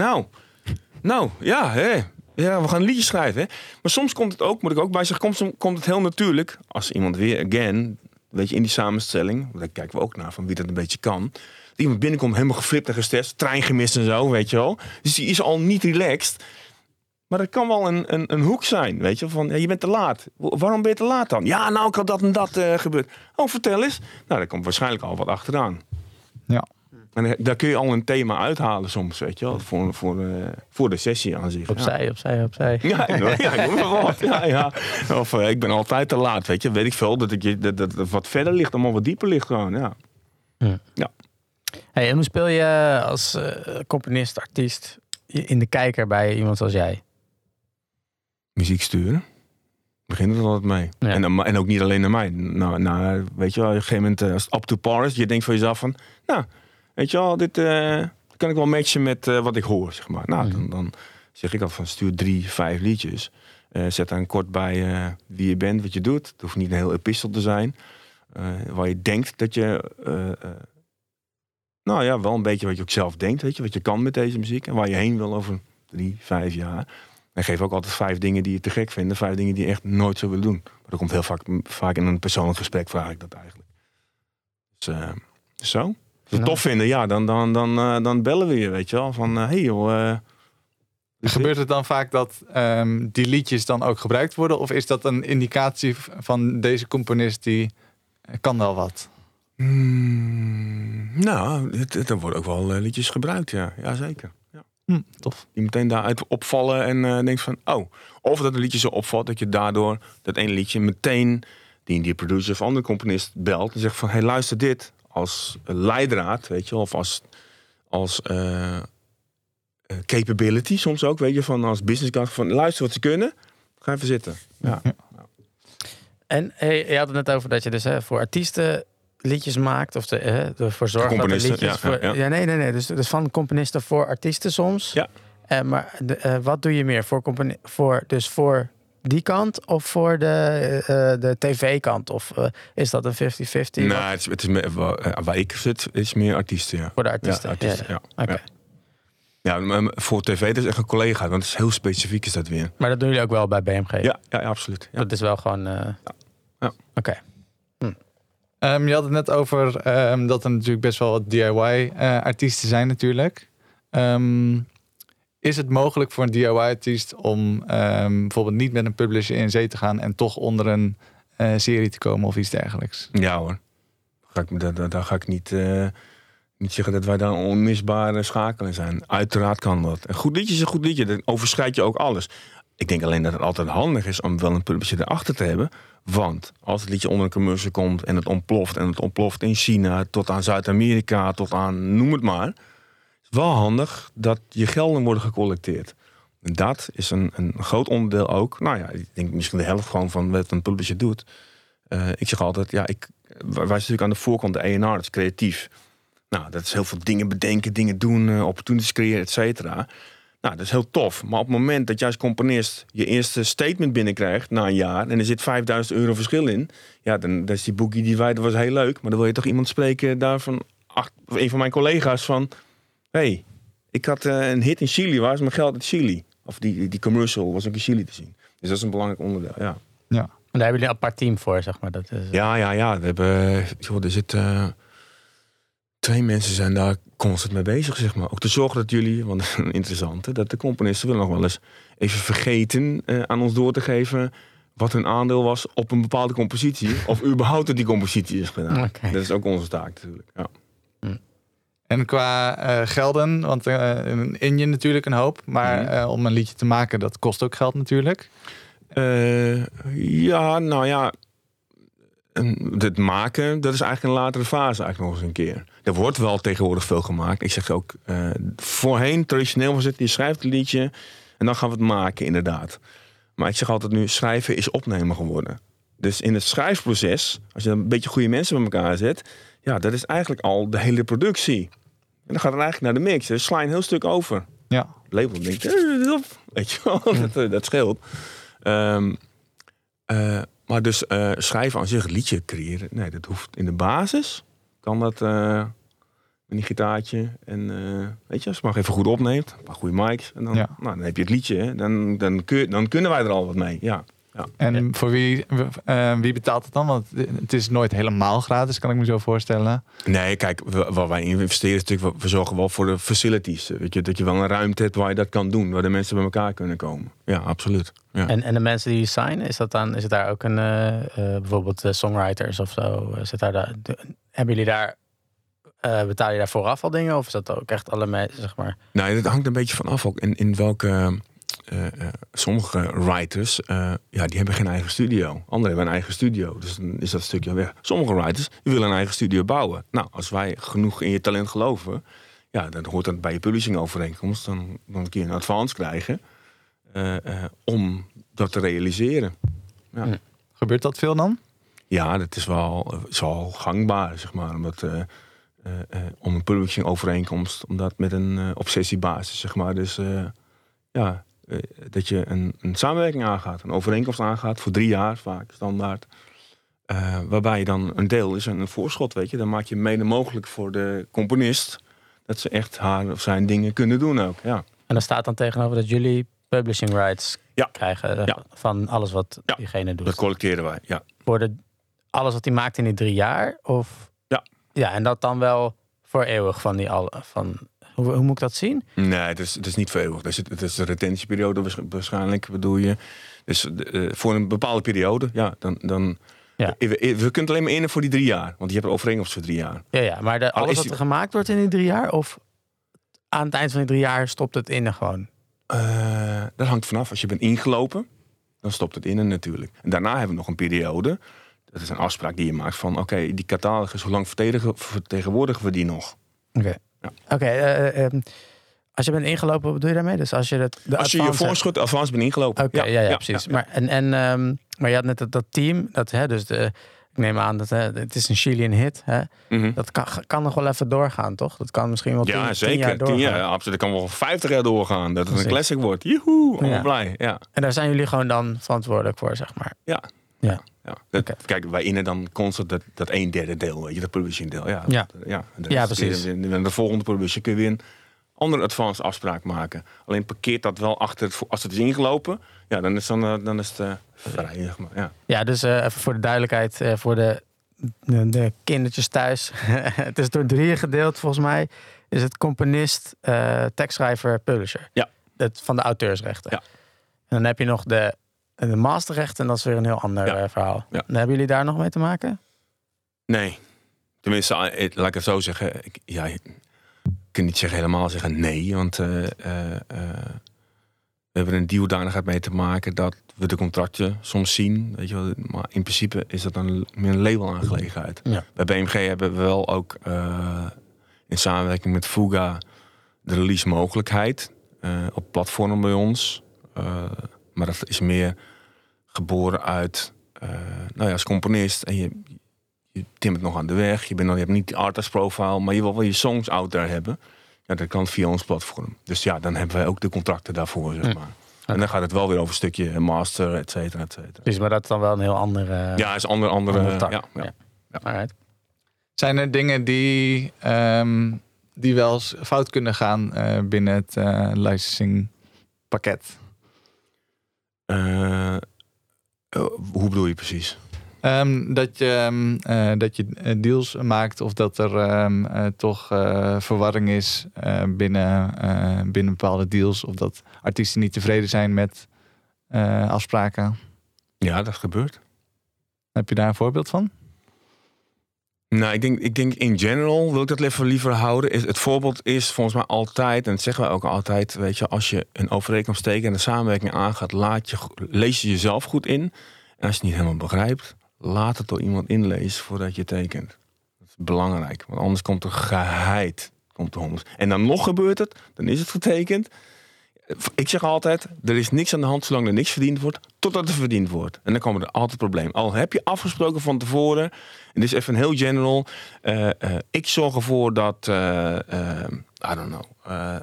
we gaan een liedje schrijven. Hè? Maar soms komt het ook, moet ik ook bij zeggen, soms komt het heel natuurlijk, als iemand weer, weet je, in die samenstelling, daar kijken we ook naar van wie dat een beetje kan. Iemand binnenkomt helemaal geflipt en gestrest, trein gemist en zo, weet je wel. Dus die is al niet relaxed. Maar dat kan wel een hoek zijn, weet je. Van, je bent te laat. Waarom ben je te laat dan? Ja, ik had dat en dat gebeurd. Oh, vertel eens. Nou, daar komt waarschijnlijk al wat achteraan. Ja. En daar kun je al een thema uithalen soms, weet je wel. Voor de sessie aan zich. Opzij. Ja, ik noem nog wat. Ja. Of ik ben altijd te laat, weet je. Weet ik veel, dat wat verder ligt, allemaal wat dieper ligt gewoon, ja. Hey, en hoe speel je als componist, artiest in de kijker bij iemand zoals jij? Muziek sturen. Begint er altijd mee. Ja. En ook niet alleen naar mij. Weet je wel, op een gegeven moment als het up to par is, je denkt van jezelf van, weet je wel, dit kan ik wel matchen met wat ik hoor, zeg maar. Dan zeg ik altijd van, stuur 3-5 liedjes. Zet dan kort bij wie je bent, wat je doet. Het hoeft niet een heel epistel te zijn. Waar je denkt dat je, wel een beetje wat je ook zelf denkt, weet je, wat je kan met deze muziek. En waar je heen wil over 3-5 jaar. En geef ook altijd 5 dingen die je te gek vindt. 5 dingen die je echt nooit zou willen doen. Maar dat komt heel vaak in een persoonlijk gesprek, vraag ik dat eigenlijk. Dus zo. Als we het tof vinden, dan bellen we je, weet je wel. Van, hey joh. Gebeurt het dan vaak dat die liedjes dan ook gebruikt worden? Of is dat een indicatie van deze componist die kan wel wat? Er worden ook wel liedjes gebruikt, ja. Jazeker. Ja. Tof. Die meteen daaruit opvallen en denkt van, of dat een liedje zo opvalt dat je daardoor dat ene liedje meteen die producer of andere componist belt en zegt van, hey, luister dit als leidraad, weet je, of als capability soms ook, weet je, van als business guy, van luister wat ze kunnen, ga even zitten. Ja. En je had het net over dat je dus voor artiesten liedjes maakt of ervoor zorgt dat er liedjes nee. Dus van componisten voor artiesten soms. Ja. Maar wat doe je meer voor die kant of voor de tv-kant? Of is dat een 50-50? Nee, het is meer, waar ik zit is meer artiesten. Ja. Voor de artiesten. Ja. Okay. Ja, voor tv dat is echt een collega, want het is heel specifiek is dat weer. Maar dat doen jullie ook wel bij BMG? Ja, absoluut. Ja. Dat is wel gewoon. Oké. Je had het net over dat er natuurlijk best wel wat DIY-artiesten zijn natuurlijk. Is het mogelijk voor een DIY-artiest om bijvoorbeeld niet met een publisher in zee te gaan en toch onder een serie te komen of iets dergelijks? Ja hoor. Daar ga ik niet zeggen dat wij daar een onmisbare schakelen zijn. Uiteraard kan dat. Een goed liedje is een goed liedje. Dan overschrijd je ook alles. Ik denk alleen dat het altijd handig is om wel een publisher erachter te hebben. Want als het liedje onder een commercial komt en het ontploft in China tot aan Zuid-Amerika, tot aan noem het maar. Het is wel handig dat je gelden worden gecollecteerd. Dat is een groot onderdeel ook. Nou ja, ik denk misschien de helft gewoon van wat een publisher doet. Ik zeg altijd, wij zijn natuurlijk aan de voorkant de A&R, dat is creatief. Nou, dat is heel veel dingen bedenken, dingen doen, opportunities creëren, et cetera. Nou, dat is heel tof. Maar op het moment dat jij als componist je eerste statement binnenkrijgt na een jaar en er zit €5.000 verschil in, ja, dan is die Boogie die dat was heel leuk. Maar dan wil je toch iemand spreken daarvan, een van mijn collega's van, hey, ik had een hit in Chili, waar is mijn geld in Chili? Of die commercial was ook in Chili te zien. Dus dat is een belangrijk onderdeel, ja. En daar hebben jullie een apart team voor, zeg maar. Dat is, Ja. We hebben, er zitten 2 mensen zijn daar constant mee bezig, zeg maar. Ook te zorgen dat jullie, want dat is een interessante, dat de componisten willen nog wel eens even vergeten aan ons door te geven wat hun aandeel was op een bepaalde compositie. Of überhaupt dat die compositie is gedaan. Okay. Dat is ook onze taak natuurlijk, ja. En qua gelden, want in je natuurlijk een hoop. Maar om een liedje te maken, dat kost ook geld natuurlijk. Het maken, dat is eigenlijk een latere fase eigenlijk nog eens een keer. Er wordt wel tegenwoordig veel gemaakt. Ik zeg ook, voorheen, traditioneel was het, je schrijft een liedje en dan gaan we het maken, inderdaad. Maar ik zeg altijd nu, schrijven is opnemen geworden. Dus in het schrijfproces, als je een beetje goede mensen bij elkaar zet, ja, dat is eigenlijk al de hele productie. En dan gaat het eigenlijk naar de mix. Dus sla je een heel stuk over. Ja. Het label denkt, weet je wel, dat scheelt. Maar dus schrijven aan zich, een liedje creëren, nee, dat hoeft in de basis. Kan dat met een gitaartje en weet je, als je maar even goed opneemt, een paar goede mics en dan heb je het liedje. Hè, dan kunnen wij er al wat mee. Ja. En voor wie betaalt het dan? Want het is nooit helemaal gratis, kan ik me zo voorstellen. Nee, kijk, waar wij investeren is natuurlijk, we zorgen wel voor de facilities. Weet je, dat je wel een ruimte hebt waar je dat kan doen, waar de mensen bij elkaar kunnen komen. Ja, absoluut. Ja. En de mensen die je signen, is het daar ook een bijvoorbeeld songwriters of zo? Hebben jullie daar betaal je daar vooraf al dingen, of is dat ook echt allemaal, zeg maar? Nou, dat hangt een beetje van af ook in welke. Sommige writers, die hebben geen eigen studio. Anderen hebben een eigen studio. Dus dan is dat stukje weg. Sommige writers willen een eigen studio bouwen. Nou, als wij genoeg in je talent geloven, ja, dan hoort dat bij je publishing overeenkomst. Dan kun je een advance krijgen om dat te realiseren. Ja. Gebeurt dat veel dan? Ja, dat is wel gangbaar, zeg maar. Omdat om een publishing overeenkomst, omdat met een obsessiebasis, zeg maar. Dus dat je een samenwerking aangaat, een overeenkomst aangaat voor 3 jaar, vaak standaard. Waarbij je dan een deel is een voorschot, weet je. Dan maak je mede mogelijk voor de componist dat ze echt haar of zijn dingen kunnen doen ook. Ja. En dan staat dan tegenover dat jullie publishing rights krijgen van alles wat diegene doet. Dat collecteren wij, ja. Alles wat hij maakt in die 3 jaar? Of? Ja, en dat dan wel voor eeuwig van hoe moet ik dat zien? Nee, het is niet voor eeuwig. Het is de retentieperiode waarschijnlijk, bedoel je. Dus voor een bepaalde periode, dan we kunnen alleen maar in voor die 3 jaar. Want je hebt een overeenkomst voor 3 jaar. Ja, maar alles wat er gemaakt wordt in die 3 jaar? Of aan het eind van die 3 jaar stopt het in gewoon? Dat hangt vanaf. Als je bent ingelopen, dan stopt het in natuurlijk. En daarna hebben we nog een periode. Dat is een afspraak die je maakt van, oké, die catalogus, hoe lang vertegenwoordigen we die nog? Oké. Ja. Als je bent ingelopen, wat doe je daarmee? Dus als je je voorschot avans bent ingelopen. Oké, ja, precies. Ja. Maar je had net dat team, ik neem aan dat het is een Chilean hit. Hè? Mm-hmm. Dat kan nog wel even doorgaan, toch? Dat kan misschien wel 10 jaar doorgaan. Ja, absoluut. Dat kan wel 50 jaar doorgaan. Dat het een classic wordt. Joehoe, allemaal blij. Ja. En daar zijn jullie gewoon dan verantwoordelijk voor, zeg maar. Ja. Kijk, wij innen dan constant dat 1/3 deel, weet je, dat publishing deel. Precies. De volgende publishing kun je weer een andere advance afspraak maken. Alleen parkeert dat wel achter als het is ingelopen. Ja, dan is het vrij, zeg maar. Ja, dus even voor de duidelijkheid, voor de kindertjes thuis. Het is door 3 gedeeld, volgens mij. Is het componist, tekstschrijver, publisher. Ja. Van de auteursrechten. Ja. En dan heb je nog de masterrechten, en dat is weer een heel ander verhaal. Ja. Hebben jullie daar nog mee te maken? Nee. Tenminste, laat ik het zo zeggen. Ik kan niet helemaal zeggen nee. Want we hebben een dealdanigheid mee te maken dat we de contracten soms zien. Weet je wel, maar in principe is dat dan meer een label-aangelegenheid. Ja. Bij BMG hebben we wel ook in samenwerking met Fuga de release mogelijkheid. op platformen bij ons. Maar dat is meer geboren uit als componist. En je timmert nog aan de weg. Je hebt niet die artist profile, maar je wil wel je songs out there hebben. Ja, dat kan via ons platform. Dus ja, dan hebben wij ook de contracten daarvoor, zeg maar. En dan gaat het wel weer over een stukje master, et cetera, et cetera. Dus, maar dat is dan wel een heel andere... Ja, is andere tak. Ja. Alright. Zijn er dingen die wel eens fout kunnen gaan binnen het licensing pakket? Hoe bedoel je precies? Dat je deals maakt of dat er toch verwarring is binnen bepaalde deals. Of dat artiesten niet tevreden zijn met afspraken. Ja, dat gebeurt. Heb je daar een voorbeeld van? Nou, ik denk in general wil ik dat liever houden. Het voorbeeld is volgens mij altijd, en dat zeggen we ook altijd, weet je, als je een overeenkomst tekent en de samenwerking aangaat, lees je jezelf goed in. En als je het niet helemaal begrijpt, laat het door iemand inlezen voordat je tekent. Dat is belangrijk, want anders komt er geheid. En dan nog gebeurt het, dan is het getekend. Ik zeg altijd, er is niks aan de hand zolang er niks verdiend wordt, totdat er verdiend wordt. En dan komen er altijd problemen. Al heb je afgesproken van tevoren, en dit is even een heel general, ik zorg ervoor dat, I don't know,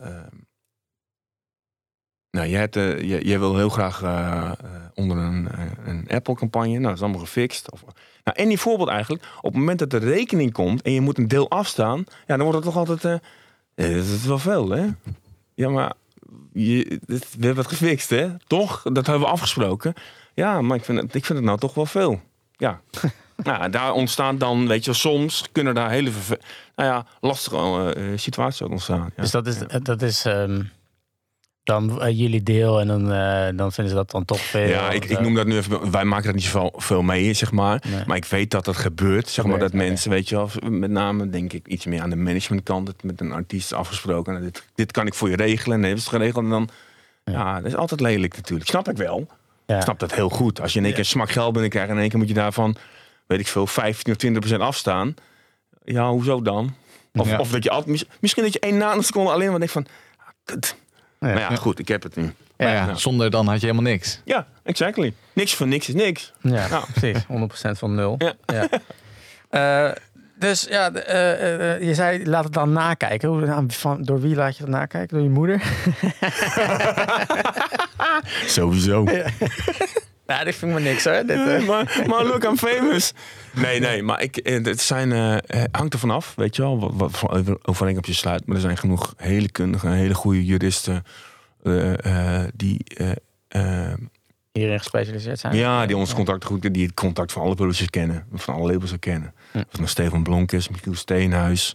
jij wil heel graag onder een Apple-campagne, nou dat is allemaal gefixt. En die voorbeeld eigenlijk, op het moment dat de rekening komt en je moet een deel afstaan, ja, dan wordt het toch altijd, dat is wel veel, hè? Ja, maar we hebben het gefixt, hè? Toch? Dat hebben we afgesproken. Ja, maar ik vind het nou toch wel veel. Ja. Nou, daar ontstaan dan, weet je, soms kunnen daar hele lastige situaties uit ontstaan. Ja. Dus dat is dan jullie deel en dan vinden ze dat dan toch veel. Ja, ik noem dat nu even. Wij maken dat niet veel mee, zeg maar. Nee. Maar ik weet dat het gebeurt, zeg maar, dat mensen, weet je wel, met name denk ik iets meer aan de managementkant, het met een artiest afgesproken. Nou, dit kan ik voor je regelen. En dan hebben ze het geregeld. En dan, dat is altijd lelijk natuurlijk. Snap ik wel. Ja. Ik snap dat heel goed. Als je in één keer een smak geld binnenkrijgt en in één keer moet je daarvan, weet ik veel, 15 of 20% afstaan. Ja, hoezo dan? Of dat je altijd, misschien dat je 1 nanoseconde alleen maar denkt van, maar ja, goed, ik heb het nu. Ja. Zonder dan had je helemaal niks. Ja, exactly. Niks van niks is niks. Ja, precies. 100% van 0. Ja. Dus ja, je zei, laat het dan nakijken. Door wie laat je het nakijken? Door je moeder? Sowieso. Ja, dit vind ik maar niks, hoor. Maar look, I'm famous. Nee, maar het hangt er vanaf, weet je wel, wat voor overeenkomst je sluit. Maar er zijn genoeg hele kundige, hele goede juristen die hierin gespecialiseerd zijn. Ja, die ons contacten goed, die het contact van alle publishers kennen, van alle labels kennen. Of nou Stefan Blonkes, Michiel Steenhuis,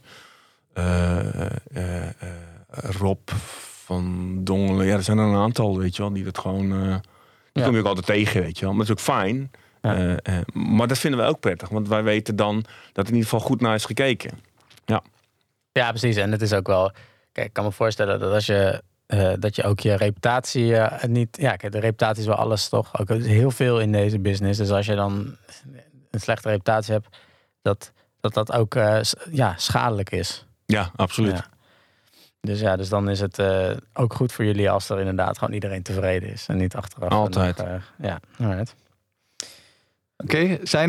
Rob van Dongelen. Ja, er zijn er een aantal, weet je wel, die dat gewoon. Die kom je ook altijd tegen, weet je wel. Maar dat is ook fijn. Ja. Maar dat vinden we ook prettig. Want wij weten dan dat in ieder geval goed naar is gekeken. Ja, precies. En het is ook wel. Kijk, ik kan me voorstellen dat als je dat je ook je reputatie niet. Ja, kijk, de reputatie is wel alles toch. Ook heel veel in deze business. Dus als je dan een slechte reputatie hebt, dat ook schadelijk is. Ja, absoluut. Ja. Dus dan is het ook goed voor jullie als er inderdaad gewoon iedereen tevreden is en niet achteraf. Altijd. Alright. Oké, zijn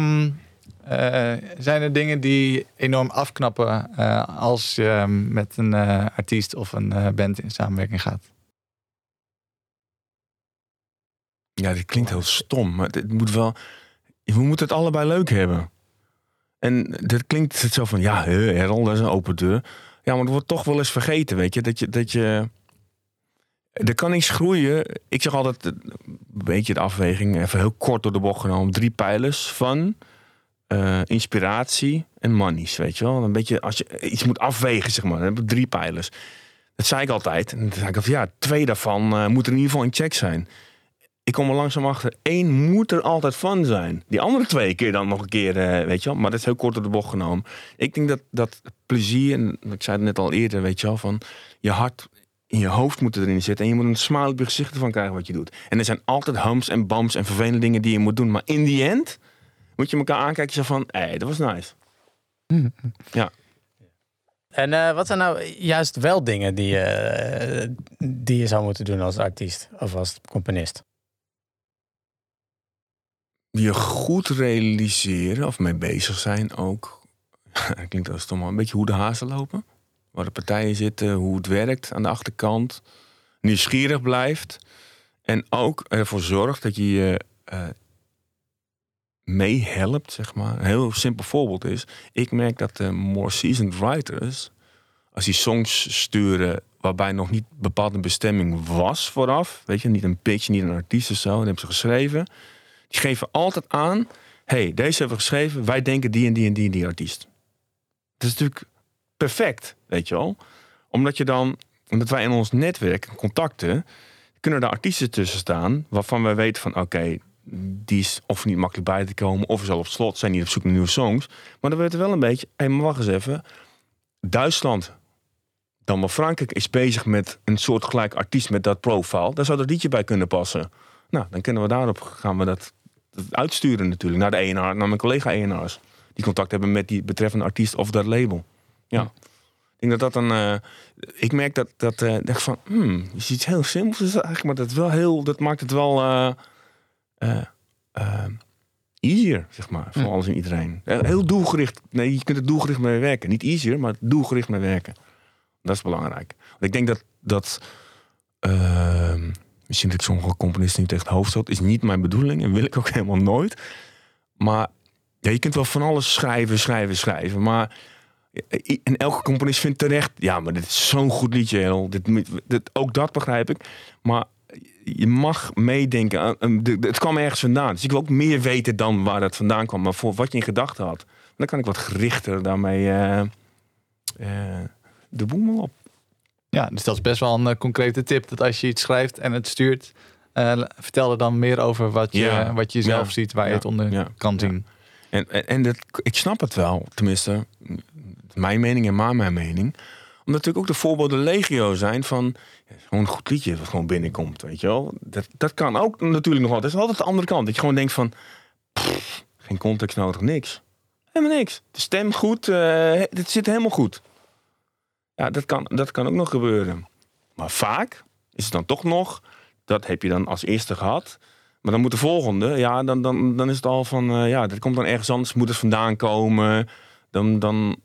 er dingen die enorm afknappen als je met een artiest of een band in samenwerking gaat? Ja, dit klinkt heel stom, maar het moet wel. We moeten het allebei leuk hebben. En dat klinkt zo van, Errol, dat is een open deur. Ja, maar het wordt toch wel eens vergeten, weet je. Dat je er kan iets groeien. Ik zeg altijd, een beetje de afweging, even heel kort door de bocht genomen. 3 pijlers van inspiratie en monies, weet je wel. Een beetje, als je iets moet afwegen, zeg maar. Dan heb ik 3 pijlers. Dat zei ik altijd. En dan zei ik altijd, 2 daarvan moeten in ieder geval in check zijn. Ik kom er langzaam achter, 1 moet er altijd van zijn. Die andere 2 keer dan nog een keer, weet je wel. Maar dat is heel kort door de bocht genomen. Ik denk dat plezier, en ik zei het net al eerder, weet je wel, van je hart in je hoofd moet erin zitten. En je moet een smile op je gezicht ervan krijgen wat je doet. En er zijn altijd humps en bumps en vervelende dingen die je moet doen. Maar in the end moet je elkaar aankijken en zeggen van, dat was nice. Mm-hmm. Ja. En wat zijn nou juist wel dingen die je zou moeten doen als artiest of als componist? Je goed realiseren of mee bezig zijn ook. Dat klinkt als toch maar een beetje hoe de hazen lopen. Waar de partijen zitten, hoe het werkt aan de achterkant. Nieuwsgierig blijft. En ook ervoor zorgt dat je je meehelpt, zeg maar. Een heel simpel voorbeeld is. Ik merk dat de more seasoned writers, als die songs sturen waarbij nog niet bepaalde bestemming was vooraf. Weet je, niet een pitch, niet een artiest of zo. Dat hebben ze geschreven. Die geven altijd aan, hey, deze hebben we geschreven. Wij denken die en die en die en die artiest. Dat is natuurlijk perfect, weet je wel. Omdat wij in ons netwerk, contacten, kunnen er artiesten tussen staan waarvan wij weten van oké, die is of niet makkelijk bij te komen, of is al op slot, zijn niet op zoek naar nieuwe songs. Maar dan weten we wel een beetje, maar wacht eens even. Duitsland, dan wel Frankrijk, is bezig met een soort gelijk artiest met dat profile. Daar zou dat liedje bij kunnen passen. Nou, dan kunnen we gaan we dat uitsturen natuurlijk naar de ENR, naar mijn collega ENR's. Die contact hebben met die betreffende artiest of dat label. Ja. Ik denk dat een. Ik merk dat denk van, is iets heel simpels is eigenlijk, maar dat maakt het wel easier, zeg maar, voor alles en iedereen. Heel doelgericht. Nee, je kunt er doelgericht mee werken. Niet easier, maar doelgericht mee werken. Dat is belangrijk. Want ik denk dat misschien dat ik sommige componisten nu tegen het hoofd stoot, is niet mijn bedoeling en wil ik ook helemaal nooit. Maar ja, je kunt wel van alles schrijven, maar en elke componist vindt terecht, ja, maar dit is zo'n goed liedje, heel. Ook dat begrijp ik. Maar je mag meedenken. Het kwam ergens vandaan. Dus ik wil ook meer weten dan waar het vandaan kwam. Maar voor wat je in gedachten had. Dan kan ik wat gerichter daarmee de boemel op. Ja, dus dat is best wel een concrete tip. Dat als je iets schrijft en het stuurt, vertel er dan meer over wat je zelf ziet, waar je het onder kan zien. En ik snap het wel, tenminste, mijn mening en maar mijn mening. Omdat natuurlijk ook de voorbeelden legio zijn van gewoon een goed liedje wat gewoon binnenkomt, weet je wel. Dat kan ook natuurlijk nog altijd. Dat is altijd de andere kant. Dat je gewoon denkt van, geen context nodig, niks. Helemaal niks. De stem goed, het zit helemaal goed. Ja, dat kan ook nog gebeuren. Maar vaak is het dan toch nog, dat heb je dan als eerste gehad. Maar dan moet de volgende, ja, dan is het al van, dat komt dan ergens anders, moet het vandaan komen. Dan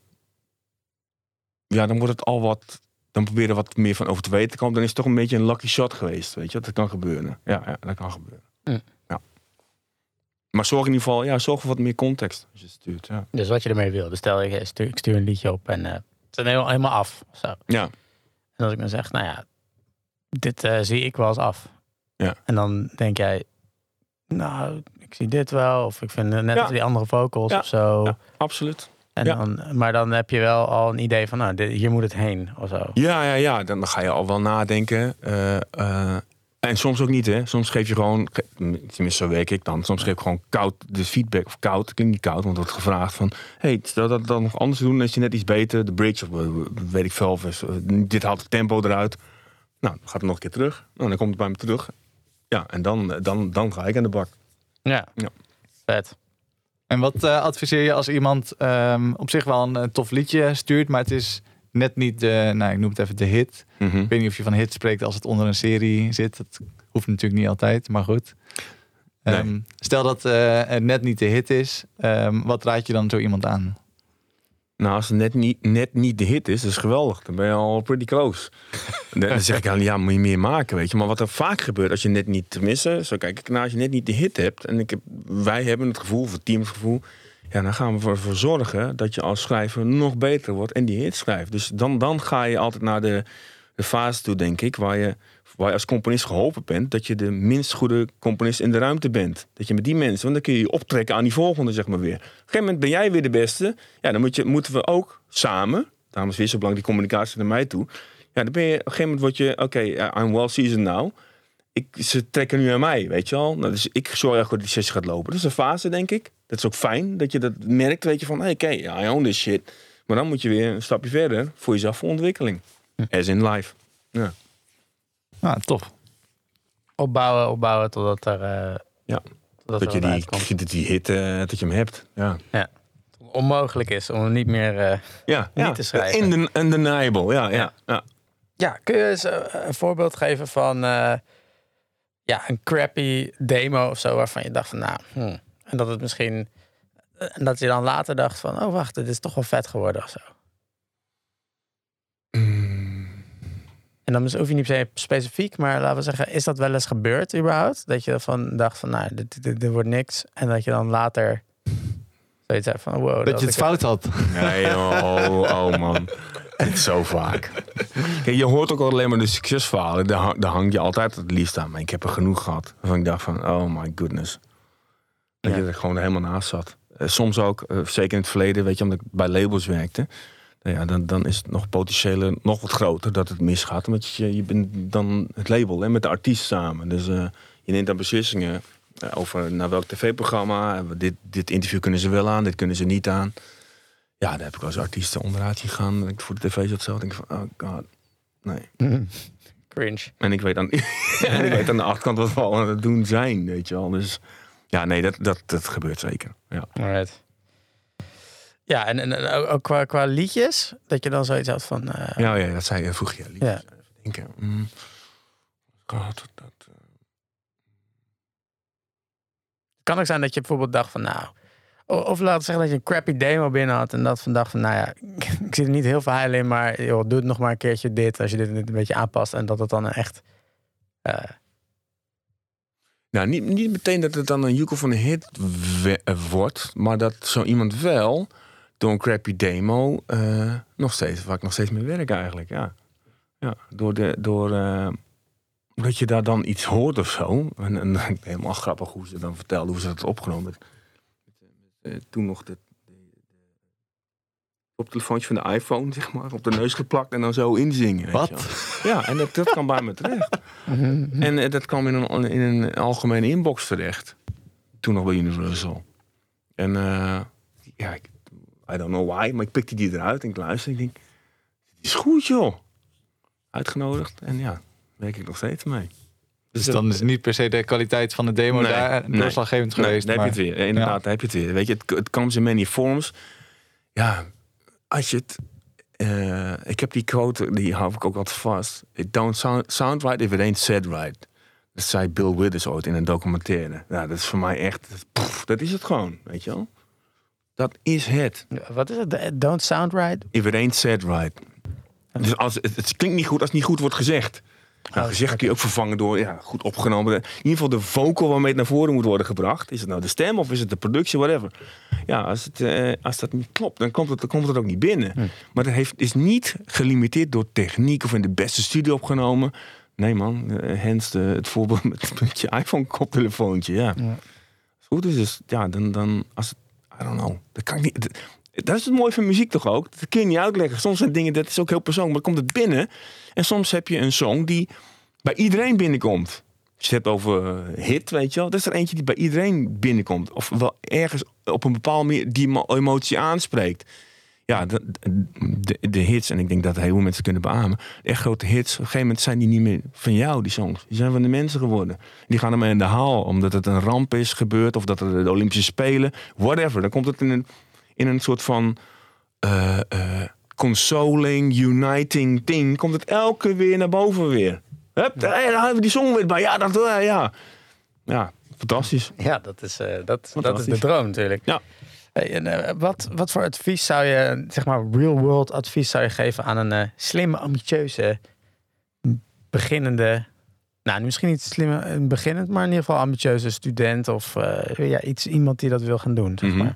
wordt het al wat, dan proberen wat meer van over te weten te komen. Dan is het toch een beetje een lucky shot geweest, weet je. Dat kan gebeuren. Ja, dat kan gebeuren. Ja. Maar zorg in ieder geval, zorg voor wat meer context als je het stuurt. Ja. Dus wat je ermee wil. Dus stel, ik stuur een liedje op en het is helemaal af. Zo. Ja. En als ik dan zeg, nou ja, dit zie ik wel eens af. Ja. En dan denk jij, nou, ik zie dit wel. Of ik vind net als die andere vocals of zo. Ja, absoluut. En maar dan heb je wel al een idee van, nou, hier moet het heen of zo. Ja. Dan ga je al wel nadenken. En soms ook niet, hè. Soms geef je gewoon, tenminste zo werk ik dan. Soms geef ik gewoon koud de feedback. Of koud, klinkt niet koud, want dat wordt gevraagd van, hey, stel dat dan nog anders doen. Is je net iets beter, de bridge of weet ik veel. Of dit haalt het tempo eruit. Nou, dan gaat het nog een keer terug. Nou, dan komt het bij me terug. Ja, en dan ga ik aan de bak. Ja. Vet. En wat adviseer je als iemand op zich wel een tof liedje stuurt, maar het is net niet de, ik noem het even de hit. Mm-hmm. Ik weet niet of je van hit spreekt als het onder een serie zit. Dat hoeft natuurlijk niet altijd, maar goed. Nee. Stel dat het net niet de hit is. Wat raad je dan zo iemand aan? Nou, als het net niet de hit is, dat is geweldig. Dan ben je al pretty close. Dan zeg ik aan, moet je meer maken, weet je. Maar wat er vaak gebeurt, als je net niet te missen, zo kijk ik naar, als je net niet de hit hebt, en wij hebben het gevoel, of het team het gevoel, ja, dan gaan we ervoor zorgen dat je als schrijver nog beter wordt en die hit schrijft. Dus dan ga je altijd naar de fase toe, denk ik, waar je als componist geholpen bent, dat je de minst goede componist in de ruimte bent. Dat je met die mensen, want dan kun je je optrekken aan die volgende, zeg maar weer. Op een gegeven moment ben jij weer de beste. Ja, dan moeten we ook samen, daarom is weer zo belangrijk die communicatie naar mij toe. Ja, dan ben je, op een gegeven moment word je, I'm well seasoned now. Ze trekken nu aan mij, weet je wel. Nou, dus ik zorg ervoor dat die sessie gaat lopen. Dat is een fase, denk ik. Dat is ook fijn, dat je dat merkt, weet je, van, I own this shit. Maar dan moet je weer een stapje verder voor jezelf voor ontwikkeling. As in life. Ja. Ah, tof. Opbouwen totdat er... Dat je die hit, dat je hem hebt. Ja. onmogelijk is om hem niet meer niet te schrijven. Undeniable, ja. Ja, kun je eens een voorbeeld geven van een crappy demo of zo waarvan je dacht van en dat het misschien en dat je dan later dacht van oh wacht, dit is toch wel vet geworden of zo. En dan hoef je niet per se specifiek, maar laten we zeggen, is dat wel eens gebeurd überhaupt? Dat je van dacht van dit wordt niks en dat je dan later zoiets hebt van wow. Dat je het fout had. Nee, oh man. Het is zo vaak. Kijk, je hoort ook alleen maar de succesverhalen. Daar hang je altijd het liefst aan. Maar ik heb er genoeg gehad. Waarvan ik dacht van, oh my goodness. Dat je er gewoon helemaal naast zat. Soms ook, zeker in het verleden, weet je, omdat ik bij labels werkte. Dan is het nog potentieel nog wat groter dat het misgaat. Omdat je bent dan het label met de artiest samen. Dus je neemt dan beslissingen over naar welk tv-programma. Dit interview kunnen ze wel aan, dit kunnen ze niet aan. Ja, daar heb ik als artiesten onderuit gegaan. Dat ik voor de tv zat zo. Denk ik van, oh god, nee. Cringe. En ik weet aan de achterkant wat we al aan het doen zijn, weet je wel. Dus ja, nee, dat gebeurt zeker. Ja. Alright. Ja, en ook qua liedjes, dat je dan zoiets had van... Ja, dat zei je vroeg je. Liedjes. Ja. Even denken. Kan ook zijn dat je bijvoorbeeld dacht van of laten we zeggen dat je een crappy demo binnen had en dat van dacht van ik zie er niet heel veel heil in, maar joh, doe het nog maar een keertje dit als je dit een beetje aanpast en dat het dan echt... Nou, niet meteen dat het dan een juk of een hit wordt, maar dat zo iemand wel door een crappy demo nog steeds mee werkt eigenlijk, ja. Ja, omdat je daar dan iets hoort of zo. En helemaal grappig hoe ze dan vertelden hoe ze dat opgenomen. Toen nog de koptelefoontje van de iPhone, zeg maar, op de neus geplakt en dan zo inzingen. Wat? Ja, en dat kwam bij me terecht. En dat kwam in een algemene inbox terecht. Toen nog bij Universal. En I don't know why, maar ik pikte die eruit en ik luisterde. En ik denk, dit is goed joh. Uitgenodigd en ja, werk ik nog steeds mee. Dus dan is niet per se de kwaliteit van de demo daar doorslaggevend geweest. Nee, daar heb je het weer. Inderdaad, daar heb je het weer. Weet je, het comes in many forms. Ja, als je het... ik heb die quote, die hou ik ook altijd vast. It don't sound right if it ain't said right. Dat zei Bill Withers ooit in een documentaire. Ja, dat is voor mij echt... dat is het gewoon, weet je wel. Dat is het. Wat is het? Don't sound right? If it ain't said right. Dus het klinkt niet goed als het niet goed wordt gezegd. Nou, gezegd kun je ook vervangen door goed opgenomen. In ieder geval de vocal waarmee het naar voren moet worden gebracht. Is het nou de stem of is het de productie, whatever. Ja, als dat niet klopt, dan komt het ook niet binnen. Maar dat is niet gelimiteerd door techniek of in de beste studio opgenomen. Nee man, het voorbeeld met je iPhone-koptelefoontje. Ja. Goed is dus, dan als het, I don't know, dat kan ik niet... Dat is het mooie van muziek toch ook? Dat kun je niet uitleggen. Soms zijn dingen, dat is ook heel persoonlijk, maar dan komt het binnen. En soms heb je een song die bij iedereen binnenkomt. Als je het hebt over hit, weet je wel. Dat is er eentje die bij iedereen binnenkomt. Of wel ergens op een bepaalde manier die emotie aanspreekt. Ja, de hits, en ik denk dat heel veel mensen kunnen beamen. De echt grote hits, op een gegeven moment zijn die niet meer van jou, die songs. Die zijn van de mensen geworden. Die gaan ermee in de haal, omdat het een ramp is gebeurd. Of dat er de Olympische Spelen, whatever. Dan komt het in een soort van consoling, uniting ding, komt het elke weer naar boven weer. Hup, daar hebben we die song weer bij. Ja, fantastisch. Ja, dat is de droom natuurlijk. Ja. En, wat voor advies zou je, zeg maar real world advies zou je geven aan een slimme, ambitieuze, beginnende, nou misschien niet slimme, beginnend, maar in ieder geval ambitieuze student of iemand die dat wil gaan doen, zeg maar.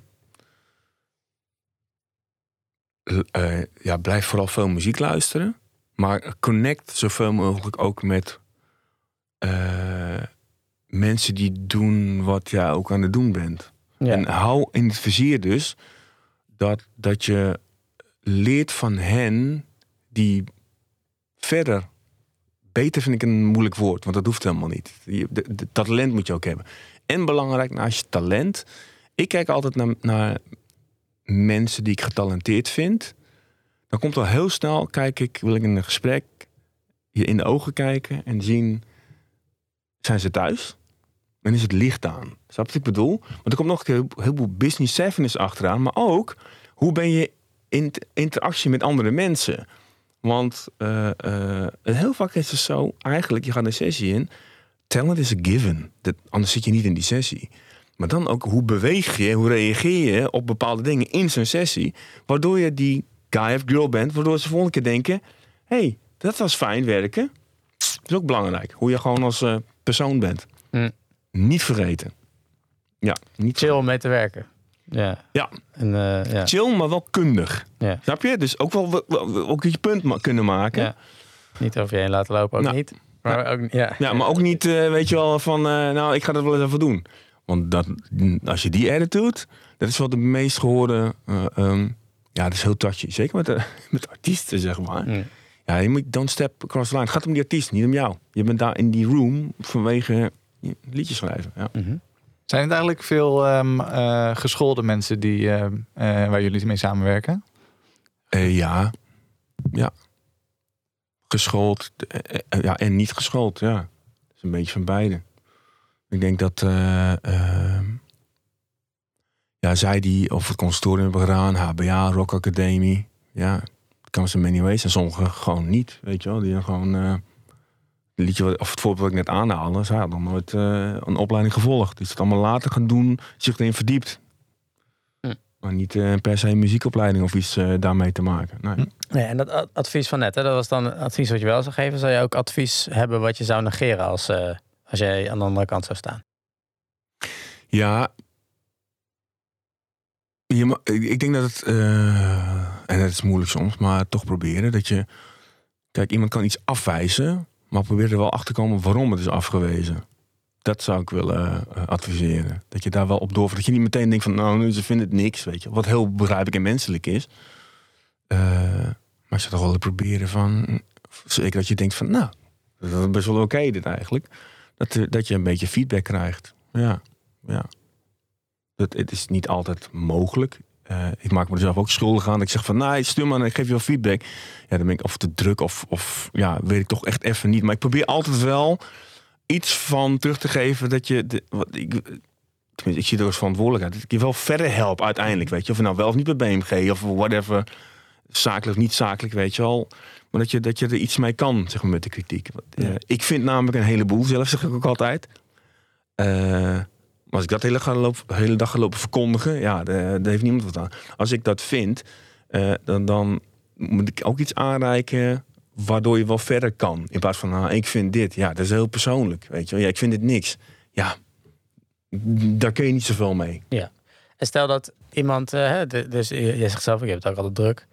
Blijf vooral veel muziek luisteren. Maar connect zoveel mogelijk ook met mensen die doen wat jij ook aan het doen bent. Ja. En hou in het vizier dus dat je leert van hen die verder... Beter vind ik een moeilijk woord, want dat hoeft helemaal niet. Dat talent moet je ook hebben. En belangrijk, naast je talent... Ik kijk altijd naar mensen die ik getalenteerd vind. Dan komt al heel snel, wil ik in een gesprek je in de ogen kijken en zien, zijn ze thuis? dan is het licht aan. Snap je wat ik bedoel? Maar er komt nog een heleboel business savviness achteraan. Maar ook, hoe ben je in interactie met andere mensen? Want heel vaak is het zo, eigenlijk, je gaat een sessie in. Talent is a given. Anders zit je niet in die sessie. Maar dan ook, hoe beweeg je, hoe reageer je op bepaalde dingen in zo'n sessie. Waardoor je die guy of girl bent. Waardoor ze volgende keer denken, hey, dat was fijn werken. Dat is ook belangrijk. Hoe je gewoon als persoon bent. Niet vergeten. Ja, niet chill om mee te werken. Ja. En, ja. Chill, maar wel kundig. Ja. Snap je? Dus ook wel ook je punt kunnen maken. Ja. Niet over je heen laten lopen, ook niet. Maar ook, maar ook niet, weet je wel, van nou, ik ga dat wel eens even doen. Want als je die attitude, dat is wel de meest gehoorde. Dat is heel touchy. Zeker met artiesten, zeg maar. Ja, je moet don't step across the line. Het gaat om die artiest, niet om jou. Je bent daar in die room vanwege liedjes schrijven. Ja. Zijn het eigenlijk veel geschoolde mensen waar jullie mee samenwerken? Ja. Geschoold en niet geschoold. Ja. Dat is een beetje van beide. Ik denk dat zij die of het conservatorium hebben gedaan, HBA, Rock Academie. Ja, het kan ze many ways. En sommigen gewoon niet, weet je wel. Die gewoon het liedje of het voorbeeld wat ik net aanhaalde, zij hadden nog nooit een opleiding gevolgd. Dus het allemaal later gaan doen, zich erin verdiept. Maar niet per se een muziekopleiding of iets daarmee te maken. Nee, en dat advies van net, hè, dat was dan advies wat je wel zou geven. Zou je ook advies hebben wat je zou negeren als jij aan de andere kant zou staan? Ja. Ik denk dat het, en dat is moeilijk soms, maar toch proberen dat je, kijk, iemand kan iets afwijzen, maar probeer er wel achter te komen waarom het is afgewezen. Dat zou ik willen adviseren. Dat je daar wel op doorvoert. Dat je niet meteen denkt van, nou, nu ze vinden het niks, weet je. Wat heel begrijpelijk en menselijk is. Maar je zou toch wel proberen van, zeker dat je denkt van, nou, dat is best wel oké dit eigenlijk. Dat je een beetje feedback krijgt. Ja. Het is niet altijd mogelijk. Ik maak mezelf ook schuldig aan. Dat ik zeg van, nou, stuur maar en ik geef je wel feedback. Ja, dan ben ik of te druk of weet ik toch echt even niet. Maar ik probeer altijd wel iets van terug te geven dat je, ik zie er als verantwoordelijkheid, dat ik je wel verder help uiteindelijk, weet je. Of je nou wel of niet bij BMG of whatever, zakelijk of niet zakelijk, weet je wel. Maar dat je er iets mee kan, zeg maar, met de kritiek. Ik vind namelijk een heleboel zelf, zeg ik ook altijd. Maar als ik dat de hele dag ga lopen verkondigen, ja, daar heeft niemand wat aan. Als ik dat vind, dan moet ik ook iets aanreiken waardoor je wel verder kan. In plaats van, ik vind dit. Ja, dat is heel persoonlijk, weet je wel. Ja, ik vind dit niks. Ja, daar kun je niet zoveel mee. Ja. En stel dat iemand, dus jij zegt zelf, ik heb het ook altijd druk.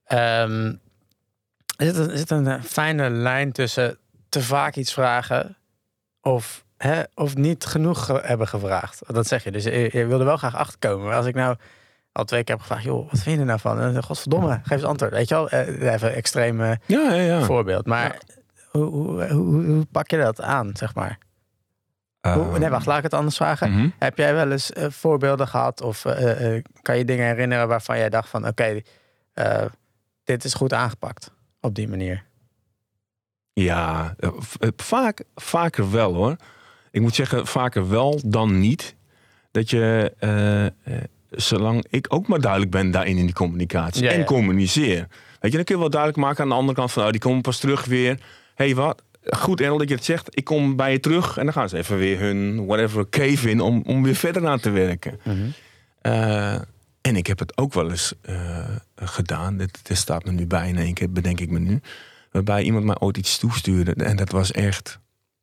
Er zit een fijne lijn tussen te vaak iets vragen of niet genoeg hebben gevraagd. Dat zeg je. Dus je wilde wel graag achterkomen. Maar als ik nou al 2 keer heb gevraagd, joh, wat vind je er nou van? En godverdomme, geef eens antwoord. Weet je wel? Even een extreem voorbeeld. Maar hoe pak je dat aan, zeg maar? Laat ik het anders vragen. Mm-hmm. Heb jij wel eens voorbeelden gehad? Of kan je dingen herinneren waarvan jij dacht van, oké, dit is goed aangepakt op die manier? Ja, vaker wel hoor. Ik moet zeggen, vaker wel dan niet. Dat je, zolang ik ook maar duidelijk ben daarin in die communicatie en communiceer. Weet je, dan kun je wel duidelijk maken aan de andere kant van, die komen pas terug weer. Hey, wat? Goed, Errol, dat je het zegt. Ik kom bij je terug en dan gaan ze even weer hun whatever cave in om weer verder aan te werken. Mm-hmm. En ik heb het ook wel eens gedaan. Dit staat me nu bij in één keer, bedenk ik me nu. Waarbij iemand mij ooit iets toestuurde. En dat was echt,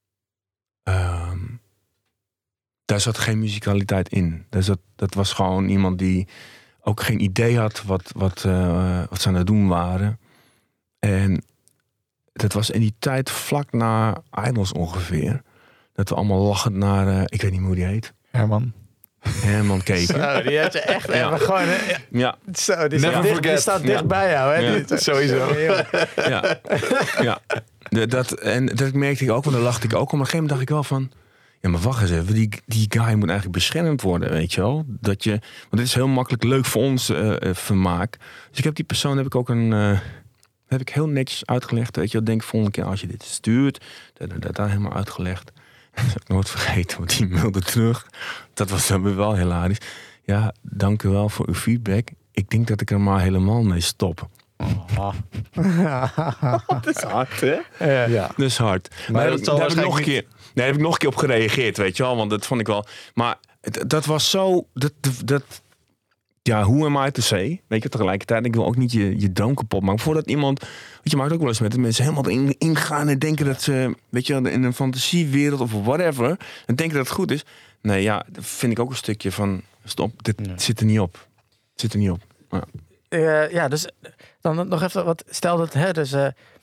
daar zat geen muzikaliteit in. Dat was gewoon iemand die ook geen idee had wat ze aan het doen waren. En dat was in die tijd vlak na Idols ongeveer. Dat we allemaal lachend naar, ik weet niet hoe die heet. Herman keken. Zo, die had je echt even gewoon... Ja. Zo, die staat dicht bij jou, hè? Ja. Sowieso. Ja. Dat merkte ik ook, want daar lachte ik ook. Op een gegeven moment dacht ik wel van, ja, maar wacht eens even. Die guy moet eigenlijk beschermd worden, weet je wel. Want dit is heel makkelijk leuk voor ons vermaak. Dus ik heb die persoon, heb ik heel netjes uitgelegd. Weet je, denk volgende keer als je dit stuurt, dat helemaal uitgelegd. Dat heb ik nooit vergeten, want die mailde terug. Dat was dan weer wel hilarisch. Ja, dank u wel voor uw feedback. Ik denk dat ik er maar helemaal mee stop. Dat is hard, hè? Ja. Dat is hard. Maar daar heb ik nog een keer... Daar heb ik nog een keer op gereageerd, weet je wel. Want dat vond ik wel... Maar dat was zo... Ja, hoe am I to say? Weet je, tegelijkertijd, ik wil ook niet je droom kapot maken. Voordat iemand... Weet je, maakt ook wel eens met de mensen helemaal ingaan en denken dat ze... Weet je, in een fantasiewereld of whatever... En denken dat het goed is. Nee, ja, dat vind ik ook een stukje van... Stop, dit zit er niet op. Het zit er niet op. Ja, dus dan nog even wat... Stel dat, hè, dus...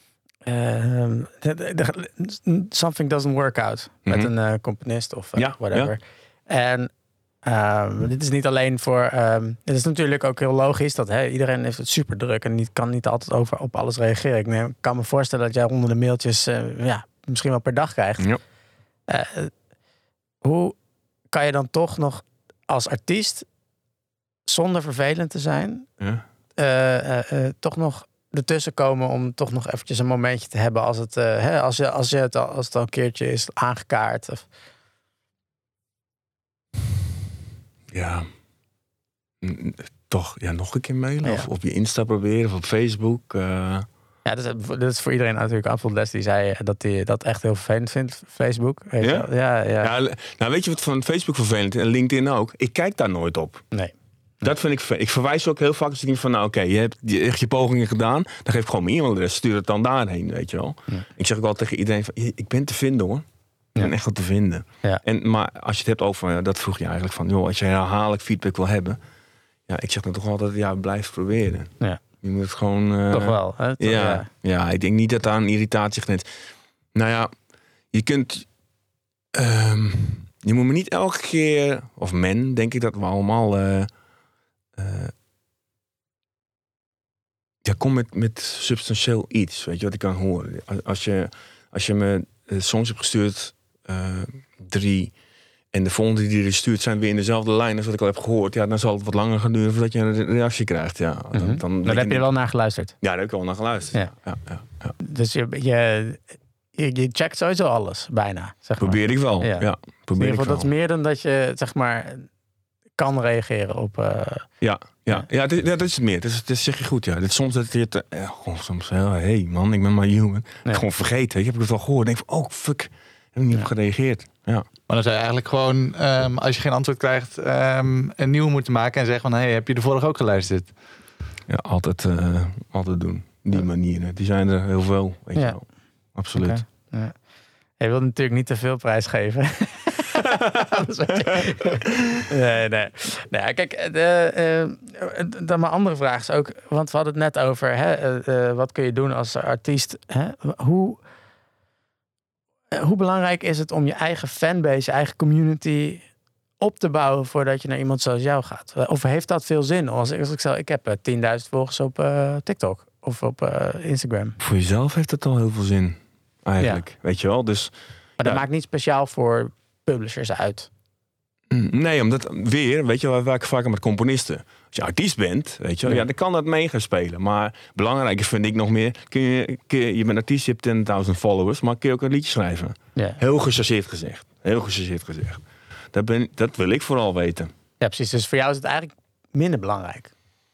something doesn't work out. Met een componist of whatever. Ja. En dit is niet alleen voor... het is natuurlijk ook heel logisch dat iedereen heeft het super druk en kan niet altijd op alles reageren. Ik kan me voorstellen dat jij honderden mailtjes misschien wel per dag krijgt. Ja. Hoe kan je dan toch nog als artiest, zonder vervelend te zijn, toch nog ertussen komen om toch nog eventjes een momentje te hebben als het al een keertje is aangekaart? Of... Ja, toch nog een keer mailen. Ja. Of op je Insta proberen of op Facebook. Ja, dat is voor iedereen natuurlijk. Apfeldes die zei dat hij dat echt heel vervelend vindt, Facebook. Weet je wel? Ja. Nou, weet je wat van Facebook vervelend is? En LinkedIn ook. Ik kijk daar nooit op. Nee. Dat vind ik vervelend. Ik verwijs ook heel vaak als ik denk van... Nou, oké, je hebt echt je pogingen gedaan. Dan geef ik gewoon mijn e-mailadres. Stuur het dan daarheen, weet je wel. Ja. Ik zeg ook altijd tegen iedereen van... Ik ben te vinden, hoor. Ik ben echt wel te vinden. Ja. Maar als je het hebt over... Dat vroeg je eigenlijk van... Joh, als je herhaaldelijk feedback wil hebben... Ja, ik zeg dan toch altijd... blijf proberen. Ja. Je moet het gewoon... toch wel, hè? Ja, ik denk niet dat daar een irritatie net. Nou ja, je kunt... je moet me niet elke keer... Of men, denk ik dat we allemaal... kom met substantieel iets. Weet je wat ik kan horen? Als je me songs hebt gestuurd... 3... En de volgende die je stuurt zijn weer in dezelfde lijn als wat ik al heb gehoord. Ja, dan zal het wat langer gaan duren voordat je een reactie krijgt. Ja, dan daar heb je wel naar geluisterd? Ja, daar heb ik wel naar geluisterd. Ja. Dus je checkt sowieso alles, bijna. Zeg maar. Probeer ik wel. Ja. Probeer ik wel. Dat is meer dan dat je, zeg maar, kan reageren op... Ja, dat is het meer. Dat zeg je goed, ja. Soms dat je het... soms, hey man, ik ben maar human. Ja. Gewoon vergeten. Ik heb het al gehoord. Denk van, fuck. Heb ik niet op gereageerd. Ja. Maar dan zou je eigenlijk gewoon, als je geen antwoord krijgt, een nieuwe moeten maken en zeggen van, heb je de vorige ook geluisterd? Ja, altijd doen. Die manieren. Die zijn er heel veel, weet je wel. Absoluut. Okay. Ja. Je wilt natuurlijk niet te veel prijs geven. Nee, kijk, dan mijn andere vraag is ook, want we hadden het net over, wat kun je doen als artiest? Hoe belangrijk is het om je eigen fanbase, je eigen community op te bouwen voordat je naar iemand zoals jou gaat? Of heeft dat veel zin? Als ik zeg, ik heb 10.000 volgers op TikTok of op Instagram. Voor jezelf heeft het al heel veel zin, eigenlijk. Weet je wel? Dus, maar dat maakt niet speciaal voor publishers uit. Nee, omdat weer, weet je, wij werken vaak met componisten. Als je artiest bent, weet je, dan kan dat mee gaan spelen. Maar belangrijker vind ik nog meer, je bent artiest, je hebt 10.000 followers, maar kun je ook een liedje schrijven? Ja. Heel gechargeerd gezegd. Dat wil ik vooral weten. Ja, precies. Dus voor jou is het eigenlijk minder belangrijk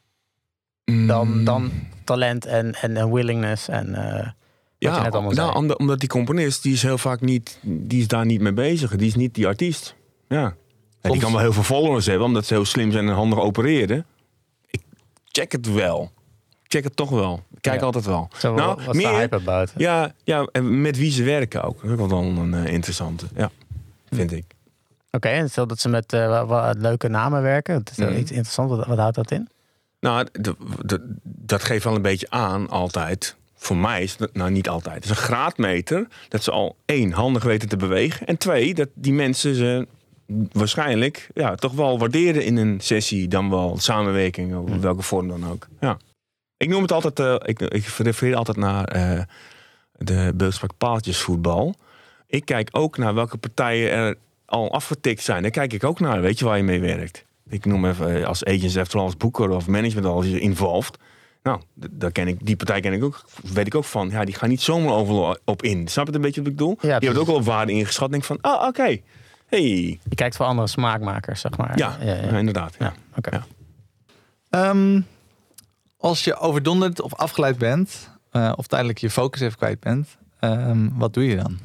dan talent en willingness en wat je net allemaal zei. Omdat die componist, die is heel vaak niet, die is daar niet mee bezig. Die is niet die artiest. Ja. En die kan wel heel veel followers hebben, omdat ze heel slim zijn en handig opereren. Ik check het wel. Check het toch wel. Ik kijk altijd wel. Zo, wat is de hype about? Ja, en met wie ze werken ook. Dat is ook wel een interessante. Ja, vind ik. Oké, en stel dat ze met leuke namen werken. Dat is iets interessants. Wat houdt dat in? Nou, dat geeft wel een beetje aan altijd. Voor mij is het niet altijd. Het is een graadmeter dat ze al 1 handig weten te bewegen. En 2, dat die mensen ze waarschijnlijk toch wel waarderen in een sessie, dan wel samenwerking, of welke vorm dan ook. Ja. Ik noem het altijd, ik refereer altijd naar de beeldspraak paaltjesvoetbal. Ik kijk ook naar welke partijen er al afgetikt zijn. Daar kijk ik ook naar, weet je waar je mee werkt. Ik noem even als agents, eventueel als boeker of management als je involved. Nou, die partij ken ik ook, weet ik ook van. Ja, die gaan niet zomaar overal op in. Snap je het een beetje wat ik bedoel? Ja, die hebben het ook wel waarde ingeschat. Denk van, oké. Hey. Je kijkt voor andere smaakmakers, zeg maar. Ja, inderdaad. Ja. Oké. Ja. Als je overdonderd of afgeleid bent, of tijdelijk je focus even kwijt bent, wat doe je dan?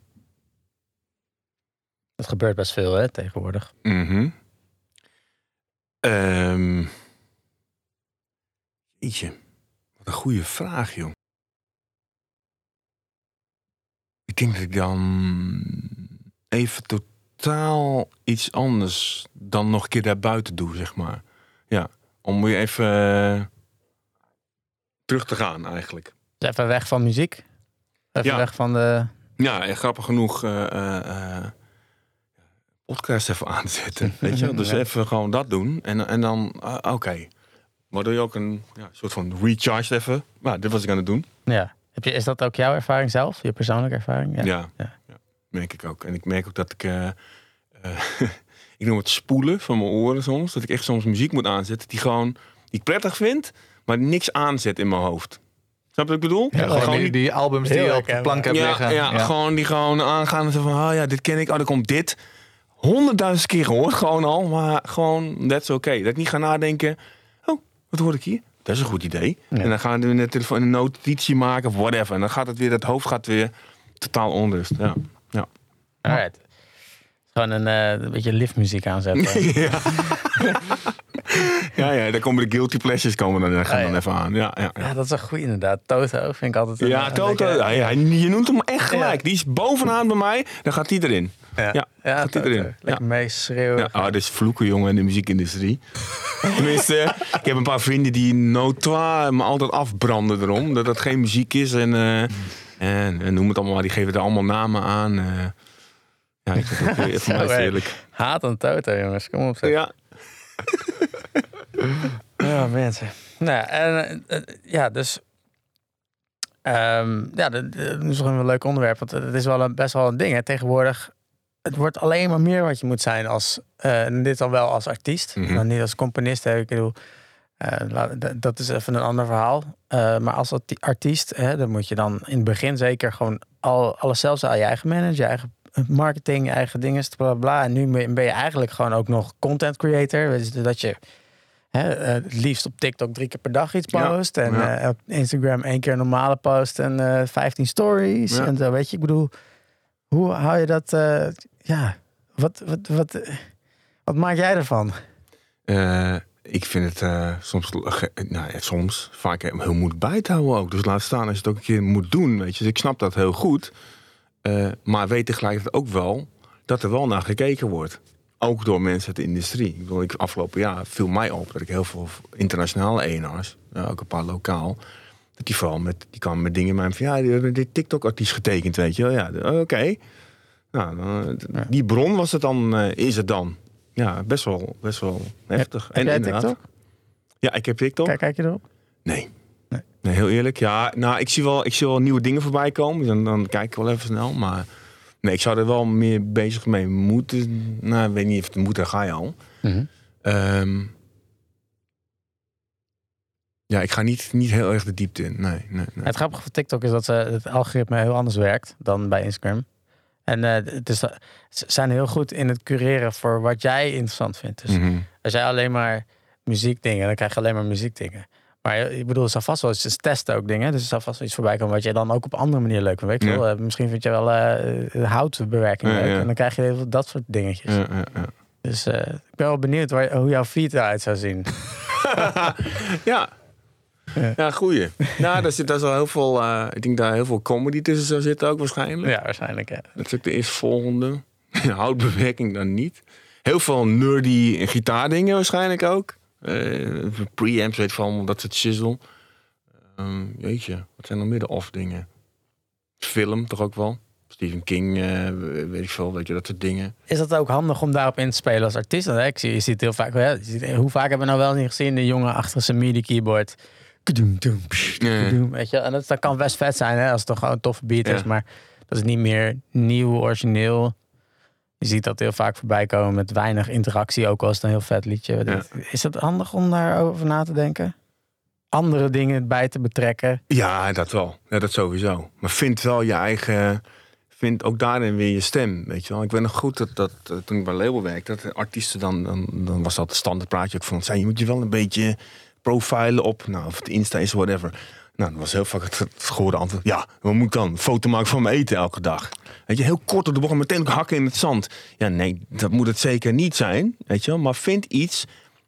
Dat gebeurt best veel, hè, tegenwoordig. Jeetje, wat een goede vraag, joh. Ik denk dat ik dan even totaal iets anders dan nog een keer daarbuiten doe, zeg maar. Ja, om weer even terug te gaan, eigenlijk. Dus even weg van muziek? Even weg van de... Ja, en grappig genoeg podcast even aanzetten, weet je. Dus even gewoon dat doen. En dan, oké. Waardoor je ook een soort van recharge even. Nou, dit was ik aan het doen. Ja. Is dat ook jouw ervaring zelf? Je persoonlijke ervaring? Ja, merk ik ook. En ik merk ook dat ik... ik noem het spoelen van mijn oren soms. Dat ik echt soms muziek moet aanzetten die ik prettig vind, maar niks aanzet in mijn hoofd. Snap je wat ik bedoel? Ja, gewoon die albums die je op de plank hebt liggen. Ja, gewoon die aangaan en zo van, dit ken ik. Oh, dan komt dit. 100.000 keer gehoord, gewoon al. Maar gewoon, that's okay. Dat ik niet ga nadenken, wat hoor ik hier? Dat is een goed idee. Ja. En dan gaan we in de telefoon een notitie maken of whatever. En dan gaat het hoofd gaat weer totaal onrust. Ja. Alright. Gewoon een beetje liftmuziek aanzetten. ja, daar komen de guilty pleasures dan even aan. Ja, dat is een goeie inderdaad. Toto vind ik altijd... Toto. Je noemt hem echt gelijk. Ja. Die is bovenaan bij mij. Dan gaat die erin. Ja, gaat die erin. Lekker meeschreeuwen. Ja, dat is vloeken, jongen, in de muziekindustrie. Tenminste, ik heb een paar vrienden die notoire me altijd afbranden erom. Dat geen muziek is. En noem het allemaal maar. Die geven er allemaal namen aan. Ja, ik vind het ook voor mij heerlijk. Haat aan Toto, jongens. Kom op, zeg. Ja. Ja, mensen. Nou, dus... dat is toch een leuk onderwerp. Want het is wel best wel een ding, hè. Tegenwoordig, het wordt alleen maar meer wat je moet zijn als... dit al wel als artiest. Maar niet als componist. Hè. Ik bedoel, dat is even een ander verhaal. Maar als artiest, dan moet je dan in het begin zeker gewoon alles zelf zijn. Je eigen manager, je eigen marketing, je eigen dingen, bla bla. En nu ben je eigenlijk gewoon ook nog content creator. Dus dat je het liefst op TikTok 3 keer per dag iets post. En op Instagram 1 keer een normale post en 15 stories. En zo, weet je. Ik bedoel, hoe hou je dat... Wat maak jij ervan? Ik vind het soms vaak heel moeilijk bij te houden ook. Dus laat staan als je het ook een keer moet doen. Weet je. Dus ik snap dat heel goed. Maar weet tegelijkertijd ook wel dat er wel naar gekeken wordt. Ook door mensen uit de industrie. Ik bedoel, afgelopen jaar viel mij op dat ik heel veel internationale E&R's, ook een paar lokaal, dat die vooral die kwamen met dingen van, die hebben dit TikTok-artiest getekend, weet je wel. Ja, oké. Nou, die bron was het dan, is het dan. Ja, best wel heftig. Heb jij TikTok? Ja, ik heb TikTok. Kijk je erop? Nee, heel eerlijk. Ja, nou, ik zie wel nieuwe dingen voorbij komen. Dan kijk ik wel even snel, maar... Nee, ik zou er wel meer bezig mee moeten. Nou, ik weet niet of het moet, daar ga je al. Ik ga niet heel erg de diepte in. Nee. Het grappige van TikTok is dat het algoritme heel anders werkt dan bij Instagram. En ze zijn heel goed in het cureren voor wat jij interessant vindt. Dus als jij alleen maar muziekdingen, dan krijg je alleen maar muziekdingen. Maar ik bedoel, er zal vast wel eens testen ook dingen. Dus er zal vast wel iets voorbij komen wat je dan ook op een andere manier leuk vindt. Weet je wel? Misschien vind je wel houtbewerking leuk. En dan krijg je heel veel dat soort dingetjes. Ja. Dus ik ben wel benieuwd hoe jouw feed eruit zou zien. Ja, goeie. Nou, daar zit wel heel veel... ik denk daar heel veel comedy tussen zou zitten ook waarschijnlijk. Ja, waarschijnlijk, ja. Dat is ook de eerstvolgende. Houtbewerking dan niet. Heel veel nerdy gitaardingen waarschijnlijk ook. Preamps, weet van dat soort shizzle. Jeetje, wat zijn nog meer de off dingen? Film toch ook wel? Stephen King, weet ik veel, weet je, dat soort dingen. Is dat ook handig om daarop in te spelen als artiest? Je ziet het heel vaak. Hoe vaak hebben we nou wel niet gezien de jongen achter zijn MIDI keyboard? Weet je, en dat kan best vet zijn, hè, als het toch gewoon een toffe beat is, maar dat is niet meer nieuw, origineel. Je ziet dat heel vaak voorbij komen met weinig interactie, ook al is het een heel vet liedje. Ja. Is het handig om daarover na te denken? andere dingen bij te betrekken. Ja, dat wel. Ja, dat sowieso. Maar vind wel je eigen... Vind ook daarin weer je stem, weet je wel. Ik weet nog goed dat toen ik bij label werkte... dat de artiesten dan was dat het standaard praatje ook van... je moet je wel een beetje profilen op... nou, of het Insta is, whatever. Nou, dat was heel vaak het gehoorde antwoord... ja, wat moet ik dan? Foto maken van mijn eten elke dag. Weet je, heel kort op de bocht, meteen ook hakken in het zand. Ja, nee, dat moet het zeker niet zijn, weet je wel. Maar vind iets...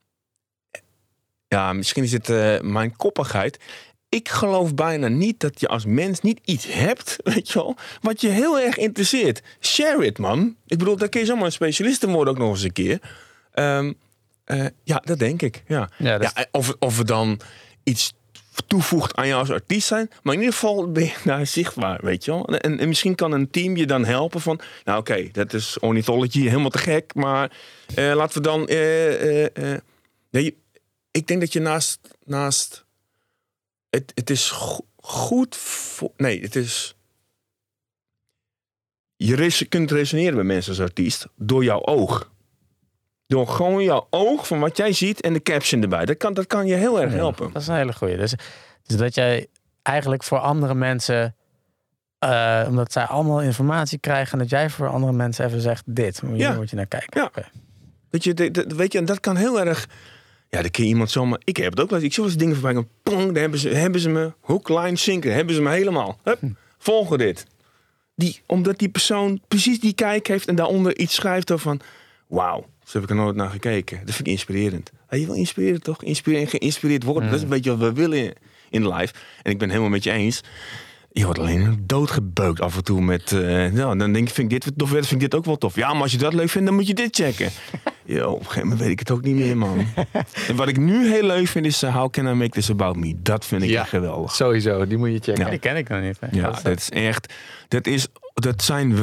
Ja, misschien is het mijn koppigheid... Ik geloof bijna niet dat je als mens niet iets hebt, weet je wel, wat je heel erg interesseert. Share it, man. Ik bedoel, daar kun je zomaar een specialist in worden ook nog eens een keer. Ja, dat denk ik. Ja. Ja, dus... ja, of er dan iets toevoegt aan jou als artiest zijn. Maar in ieder geval ben je daar zichtbaar, weet je wel. En misschien kan een team je dan helpen van... Nou oké, dat is ornithology, helemaal te gek. Maar laten we dan... nee, ik denk dat je naast het is goed voor... Nee, het is... Je kunt resoneren met mensen als artiest door jouw oog. Door gewoon jouw oog van wat jij ziet en de caption erbij. Dat kan je heel erg helpen. Dat is een hele goeie. Dus dat jij eigenlijk voor andere mensen... omdat zij allemaal informatie krijgen... dat jij voor andere mensen even zegt... dit, hier moet je naar kijken. Ja. Okay. Weet je, en dat kan heel erg... Ja, dan kun je iemand zomaar... Ik heb het ook wel eens. Ik zie wel eens dingen voorbij gaan. Pong, dan hebben ze me hook, line, sinker. Hebben ze me helemaal. Hup, volgen dit. Omdat die persoon precies die kijk heeft... en daaronder iets schrijft van... Wauw, zo heb ik er nooit naar gekeken. Dat vind ik inspirerend. Ja, je wil inspireren toch? Inspireren en geïnspireerd worden. Dat is een beetje wat we willen in life. En ik ben helemaal met je eens... Je wordt alleen doodgebeukt af en toe met... dan denk ik, vind ik dit ook wel tof. Ja, maar als je dat leuk vindt, dan moet je dit checken. Yo, op een gegeven moment weet ik het ook niet meer, man. En wat ik nu heel leuk vind is... How can I make this about me? Dat vind ik echt geweldig. Sowieso, die moet je checken. Ja, die ken ik nog niet. Hè. Ja, dat is echt... Dat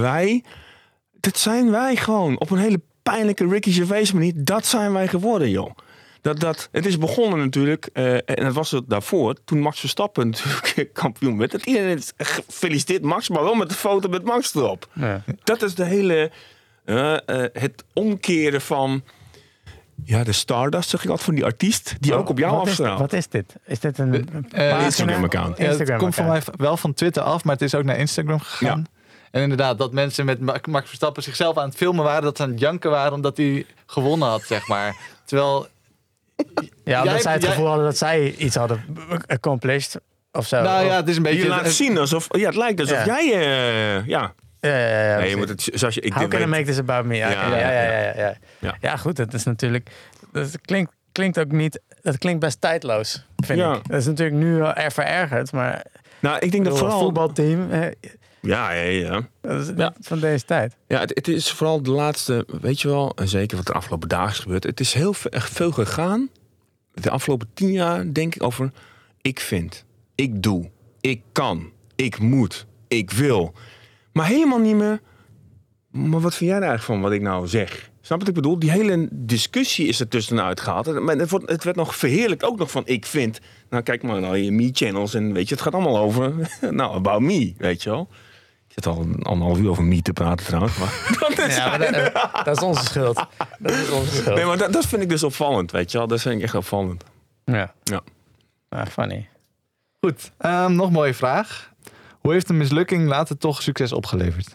zijn wij gewoon. Op een hele pijnlijke Ricky Gervais manier. Dat zijn wij geworden, joh. Het is begonnen natuurlijk, en dat was het daarvoor, toen Max Verstappen natuurlijk kampioen werd. Dat iedereen gefeliciteerd Max, maar wel met de foto met Max erop. Ja. Dat is de hele, het omkeren van, ja, de Stardust, zeg ik altijd, van die artiest, die ook op jou afstraalt. Wat is dit? Is dit een Instagram-account? Ja, het komt voor mij wel van Twitter af, maar het is ook naar Instagram gegaan. Ja. En inderdaad, dat mensen met Max Verstappen zichzelf aan het filmen waren, dat ze aan het janken waren omdat hij gewonnen had, zeg maar. Terwijl... Ja, omdat zij het gevoel hadden dat zij iets hadden accomplished of zo. Nou ja, het is een beetje... Je laat zien alsof... Ja, het lijkt alsof jij... Ja. Nee, je moet het... Zoals je, How can I make this about me? Ja, goed. Dat is natuurlijk... Dat klinkt ook niet... Dat klinkt best tijdloos, vind ik. Dat is natuurlijk nu verergerd, maar... Nou, ik denk dat vooral... Een voetbalteam... Ja. Dat is van deze tijd. Ja, het is vooral de laatste, weet je wel, en zeker wat er afgelopen dagen is gebeurd. Het is heel veel gegaan, de afgelopen 10 jaar, denk ik, over ik vind, ik doe, ik kan, ik moet, ik wil. Maar helemaal niet meer, maar wat vind jij er eigenlijk van wat ik nou zeg? Snap wat ik bedoel? Die hele discussie is er tussenuit gehaald. Maar het werd nog verheerlijkt ook nog van ik vind. Nou, kijk maar naar je me-channels en weet je, het gaat allemaal over, nou, about me, weet je wel. Ik zit al 1,5 uur over me te praten trouwens. Maar dat is onze schuld. Nee, maar dat vind ik dus opvallend, weet je wel. Dat vind ik echt opvallend. Ja. Funny. Goed, nog een mooie vraag. Hoe heeft een mislukking later toch succes opgeleverd?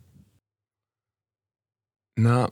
Nou,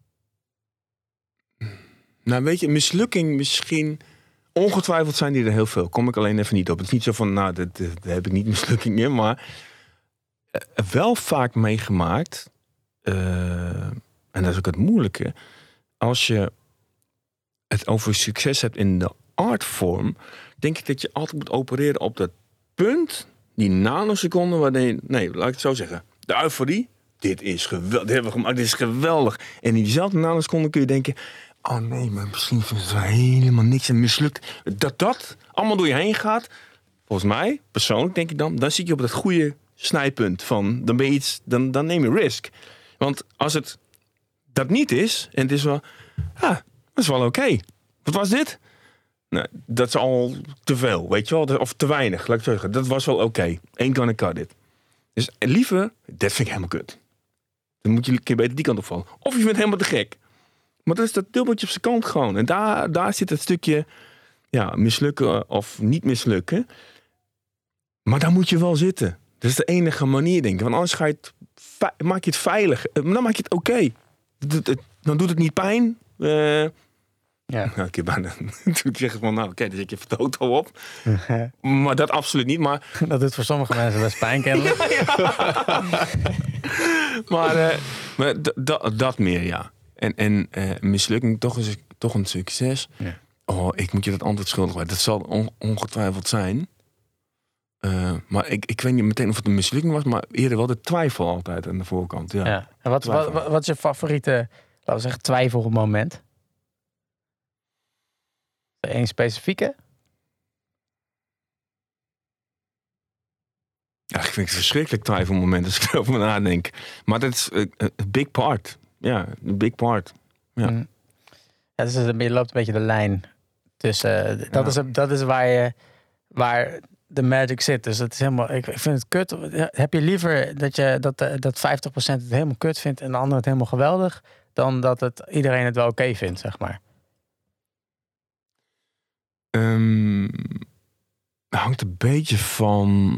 weet je, mislukking misschien... Ongetwijfeld zijn die er heel veel. Kom ik alleen even niet op. Het is niet zo van, nou, dat heb ik niet mislukking in, maar... wel vaak meegemaakt, en dat is ook het moeilijke, als je het over succes hebt in de artvorm, denk ik dat je altijd moet opereren op dat punt, die nanoseconde, waarin, nee, laat ik het zo zeggen, de euforie, dit is geweldig, dit hebben we gemaakt, dit is geweldig. En in diezelfde nanoseconde kun je denken, oh nee, maar misschien vindt het helemaal niks en mislukt. Dat allemaal door je heen gaat, volgens mij, persoonlijk denk ik dan zit je op dat goede snijpunt van, dan ben je iets, dan neem je risk. Want als het dat niet is, en het is wel, dat is wel oké. Wat was dit? Nou, dat is al te veel, weet je wel, of te weinig, laat ik zeggen. Dat was wel oké. Ain't gonna cut it. Dus liever, dat vind ik helemaal kut. Dan moet je een keer beter die kant op vallen. Of je vindt het helemaal te gek. Maar dat is dat dubbeltje op zijn kant gewoon. En daar zit het stukje, mislukken of niet mislukken. Maar daar moet je wel zitten. Dat is de enige manier, denk ik. Want anders maak je het veilig. Dan maak je het oké. Dan doet het niet pijn. Nou, ik heb bijna. Toen zeg ik van, dan zet je even de auto op. Maar dat absoluut niet. Maar Dat doet voor sommige mensen best pijn, kennelijk. maar dat meer, ja. En mislukking toch een succes. Ja. Oh, ik moet je dat antwoord schuldig blijven. Dat zal ongetwijfeld zijn. Maar ik weet niet meteen of het een mislukking was, maar eerder wel de twijfel altijd aan de voorkant. Ja. Ja. En wat is je favoriete, laten we zeggen, twijfelmoment? Eén specifieke? Ja, ik vind het een verschrikkelijk twijfelmoment als ik erover nadenk. Maar dat is een big part. Ja, een big part. Ja. Ja, dus je loopt een beetje de lijn tussen. Dat is waar de magic zit. Dus het is helemaal. Ik vind het kut. Heb je liever dat 50% het helemaal kut vindt en de ander het helemaal geweldig, dan dat iedereen het wel oké vindt, zeg maar? Het hangt een beetje van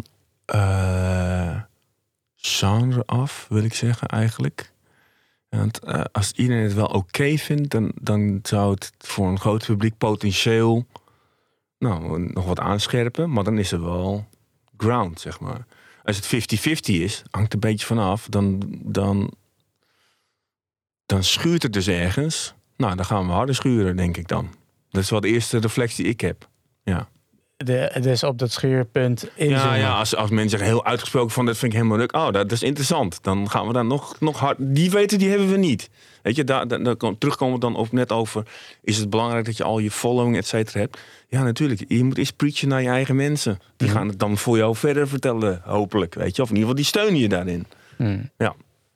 genre af, wil ik zeggen eigenlijk. Want als iedereen het wel oké vindt, dan zou het voor een groot publiek potentieel nog wat aanscherpen. Maar dan is er wel ground, zeg maar. Als het 50-50 is, hangt een beetje vanaf. Dan schuurt het dus ergens. Nou, dan gaan we harder schuren, denk ik dan. Dat is wel de eerste reflex die ik heb. Ja. Dus op dat schuurpunt inzoomen. Ja, als mensen zeggen heel uitgesproken van dat vind ik helemaal leuk. Oh, dat is interessant. Dan gaan we daar nog hard. Die weten, die hebben we niet. Weet je, daar terugkomen we dan ook net over. Is het belangrijk dat je al je following, et cetera, hebt? Ja, natuurlijk. Je moet eens preachen naar je eigen mensen. Die gaan het dan voor jou verder vertellen, hopelijk. Weet je, of in ieder geval die steunen je daarin. Ja.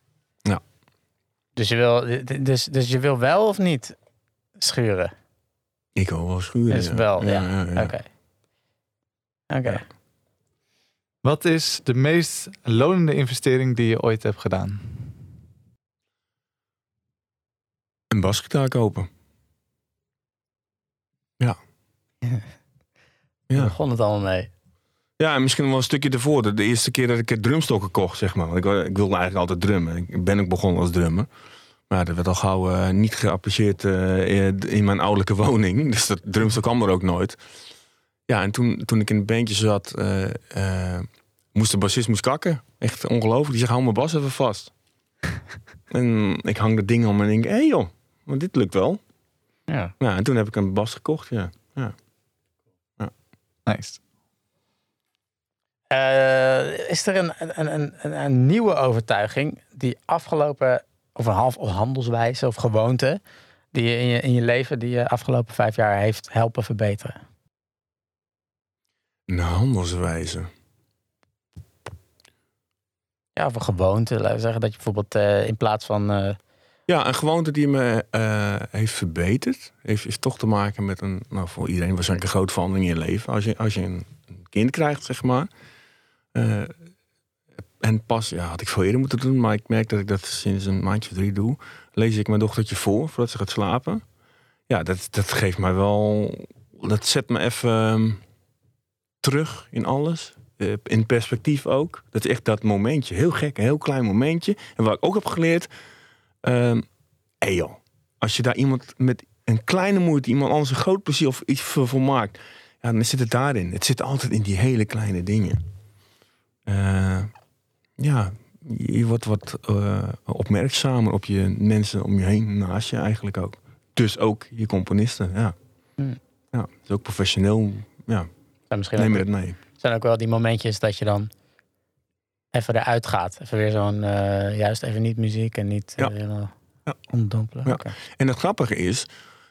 Dus je wil wel of niet schuren? Ik wil wel schuren. Dus wel, ja. Oké. Ja. Wat is de meest lonende investering die je ooit hebt gedaan? Een basgitaar kopen. Ja. Daar begon het allemaal mee. Ja, en misschien wel een stukje ervoor. De eerste keer dat ik drumstokken kocht, zeg maar. Want ik wilde eigenlijk altijd drummen. Ik ben ook begonnen als drummer. Maar dat werd al gauw niet geapprecieerd in mijn ouderlijke woning. Dus dat drumstok kwam er ook nooit. Ja, en toen ik in het bandje zat, moest de bassist kakken. Echt ongelooflijk. Die zegt, hou mijn bas even vast. En ik hang dat ding om en denk, hé joh, maar dit lukt wel. Ja. Ja, en toen heb ik een bas gekocht, ja. Nice. Is er een nieuwe overtuiging die afgelopen, of een handelswijze of gewoonte, die je in je leven, die je afgelopen 5 jaar heeft helpen verbeteren? Een handelswijze. Ja, of een gewoonte. Laten we zeggen dat je bijvoorbeeld in plaats van... Ja, een gewoonte die me heeft verbeterd, heeft toch te maken met voor iedereen waarschijnlijk een grote verandering in je leven. Als je een kind krijgt, zeg maar. En pas, had ik veel eerder moeten doen, maar ik merk dat ik dat sinds een maandje of 3 doe. Lees ik mijn dochtertje voordat ze gaat slapen. Ja, dat geeft mij wel, dat zet me even terug in alles. In perspectief ook. Dat is echt dat momentje. Heel gek, een heel klein momentje. En wat ik ook heb geleerd. Joh, als je daar iemand met een kleine moeite, iemand anders een groot plezier of iets voor maakt. Ja, dan zit het daarin. Het zit altijd in die hele kleine dingen. Je wordt wat opmerkzamer op je mensen om je heen, naast je eigenlijk ook. Dus ook je componisten, ja. Ja, het is ook professioneel, ja. Neem je het mee. Zijn ook wel die momentjes dat je dan even eruit gaat. Even weer zo'n, juist even niet muziek en niet helemaal omdompelen. Ja. Okay. En het grappige is,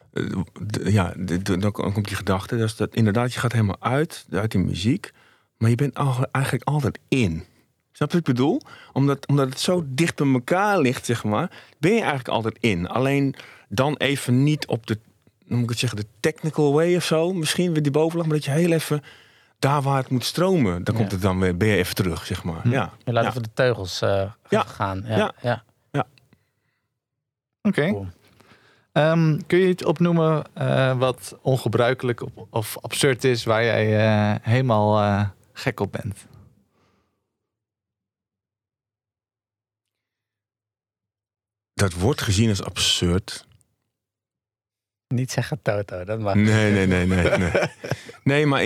dan komt die gedachte, dus dat inderdaad, je gaat helemaal uit die muziek, maar je bent eigenlijk altijd in. Snap je wat ik bedoel? Omdat het zo dicht bij elkaar ligt, zeg maar, ben je eigenlijk altijd in. Alleen dan even niet op de, dan moet ik het zeggen, de technical way of zo, misschien weer die bovenlag, maar dat je heel even daar waar het moet stromen, dan komt het dan weer, ben je even terug, zeg maar. Ja. Je laat even de teugels gaan. Ja. Oké. Cool. Kun je iets opnoemen wat ongebruikelijk of absurd is, waar jij helemaal gek op bent? Dat wordt gezien als absurd. Niet zeggen Toto, dat mag. Nee. Nee, maar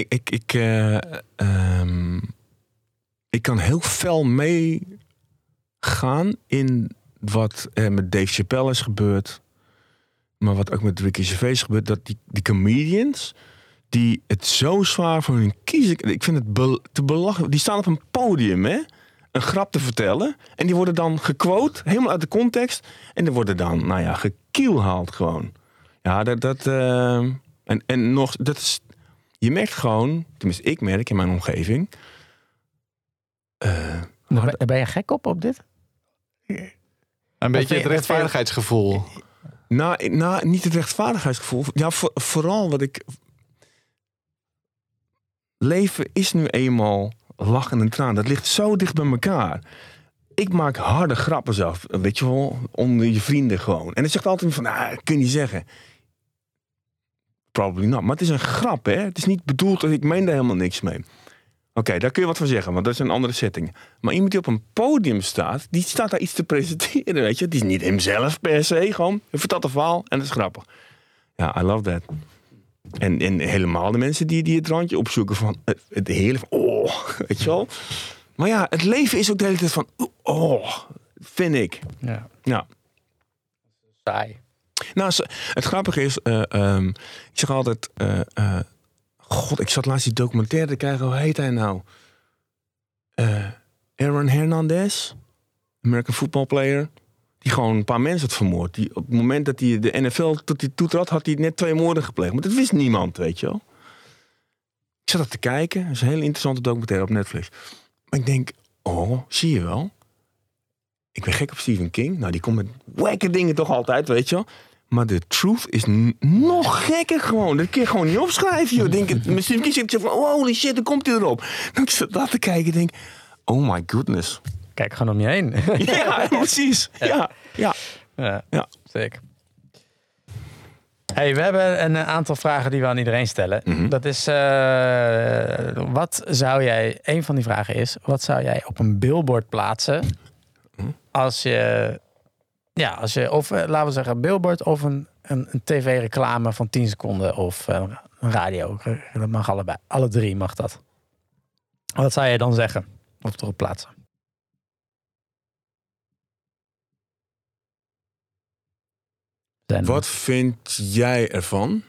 ik kan heel fel meegaan in wat er met Dave Chappelle is gebeurd. Maar wat ook met Ricky Gervais is gebeurd. Dat die comedians die het zo zwaar voor hun kiezen. Ik vind het te belachelijk. Die staan op een podium, hè? Een grap te vertellen. En die worden dan gequote, helemaal uit de context. En die worden dan, gekielhaald gewoon. Ja, en nog, dat is, je merkt gewoon, tenminste ik merk in mijn omgeving. Ben je gek op dit? Een beetje het rechtvaardigheidsgevoel. Nou, niet het rechtvaardigheidsgevoel. Ja, vooral wat ik... Leven is nu eenmaal lachen en traan. Dat ligt zo dicht bij elkaar. Ik maak harde grappen zelf, weet je wel, onder je vrienden gewoon. En dan zegt altijd van, kun je zeggen. Probably not. Maar het is een grap, hè. Het is niet bedoeld, ik meen daar helemaal niks mee. Oké, daar kun je wat van zeggen, want dat is een andere setting. Maar iemand die op een podium staat, die staat daar iets te presenteren, weet je. Het is niet hemzelf per se, gewoon. Hij vertelt een verhaal en dat is grappig. Ja, I love that. En helemaal de mensen die het randje opzoeken van het hele van, weet je wel. Maar ja, het leven is ook de hele tijd van, vind ik. Ja. Saai. Nou, het grappige is, ik zeg altijd, ik zat laatst die documentaire te kijken, hoe heet hij nou? Aaron Hernandez, American football player, die gewoon een paar mensen had vermoord. Die op het moment dat hij de NFL tot hij toetrad, had hij net 2 moorden gepleegd. Maar dat wist niemand, weet je wel. Ik zat dat te kijken, dat is een hele interessante documentaire op Netflix. Maar ik denk, zie je wel. Ik ben gek op Stephen King. Nou, die komt met wakke dingen toch altijd, weet je wel. Maar de truth is nog gekker gewoon. Dat kun je gewoon niet opschrijven, joh. Denk, met Stephen King zit ik van, holy shit, dan komt hij erop. Dan zat dat te kijken en denk, oh my goodness. Kijk gewoon om je heen. Ja, precies. Ja. Zeker. Hey, we hebben een aantal vragen die we aan iedereen stellen. Mm-hmm. Dat is, een van die vragen is, wat zou jij op een billboard plaatsen als je, of laten we zeggen, een billboard of een tv-reclame van 10 seconden of een radio. Dat mag allebei. Alle 3 mag dat. Wat zou jij dan zeggen? Of erop plaatsen? Wat vind jij ervan?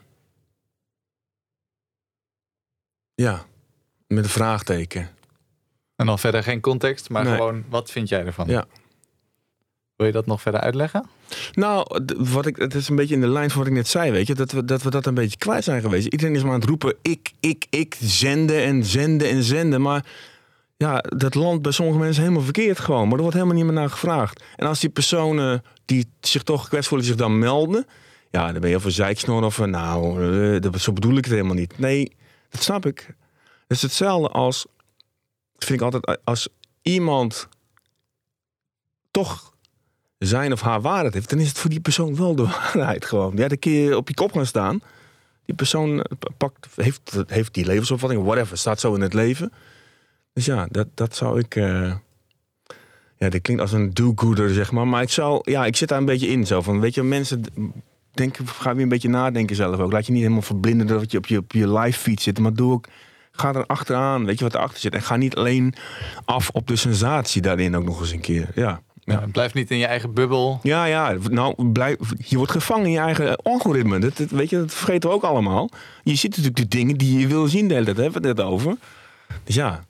Ja, met een vraagteken. En dan verder geen context, maar gewoon, wat vind jij ervan? Ja. Wil je dat nog verder uitleggen? Nou, het is een beetje in de lijn van wat ik net zei, weet je. Dat we dat een beetje kwijt zijn geweest. Iedereen is maar aan het roepen, ik, zenden. Maar ja, dat landt bij sommige mensen helemaal verkeerd gewoon. Maar er wordt helemaal niet meer naar gevraagd. En als die personen die zich toch gekwetst voelen zich dan melden, ja, dan ben je of een zeiksnor of zo bedoel ik het helemaal niet. Nee, dat snap ik. Het is hetzelfde als, vind ik altijd, als iemand toch zijn of haar waarheid heeft, dan is het voor die persoon wel de waarheid gewoon. Ja, dan kun je op je kop gaan staan. Die persoon heeft die levensopvatting, whatever, staat zo in het leven. Dus ja, dat zou ik... dat klinkt als een do-gooder, zeg maar. Maar ik zit daar een beetje in. Zo van, weet je, mensen denken, ga weer een beetje nadenken zelf ook. Laat je niet helemaal verblinden dat je op je live feed zit. Maar ga er achteraan, weet je wat erachter zit. En ga niet alleen af op de sensatie daarin ook nog eens een keer. Ja. Blijf niet in je eigen bubbel. Ja, je wordt gevangen in je eigen algoritme. Dat vergeten we ook allemaal. Je ziet natuurlijk de dingen die je wil zien de hele tijd. Daar hebben we het net over. Dus ja.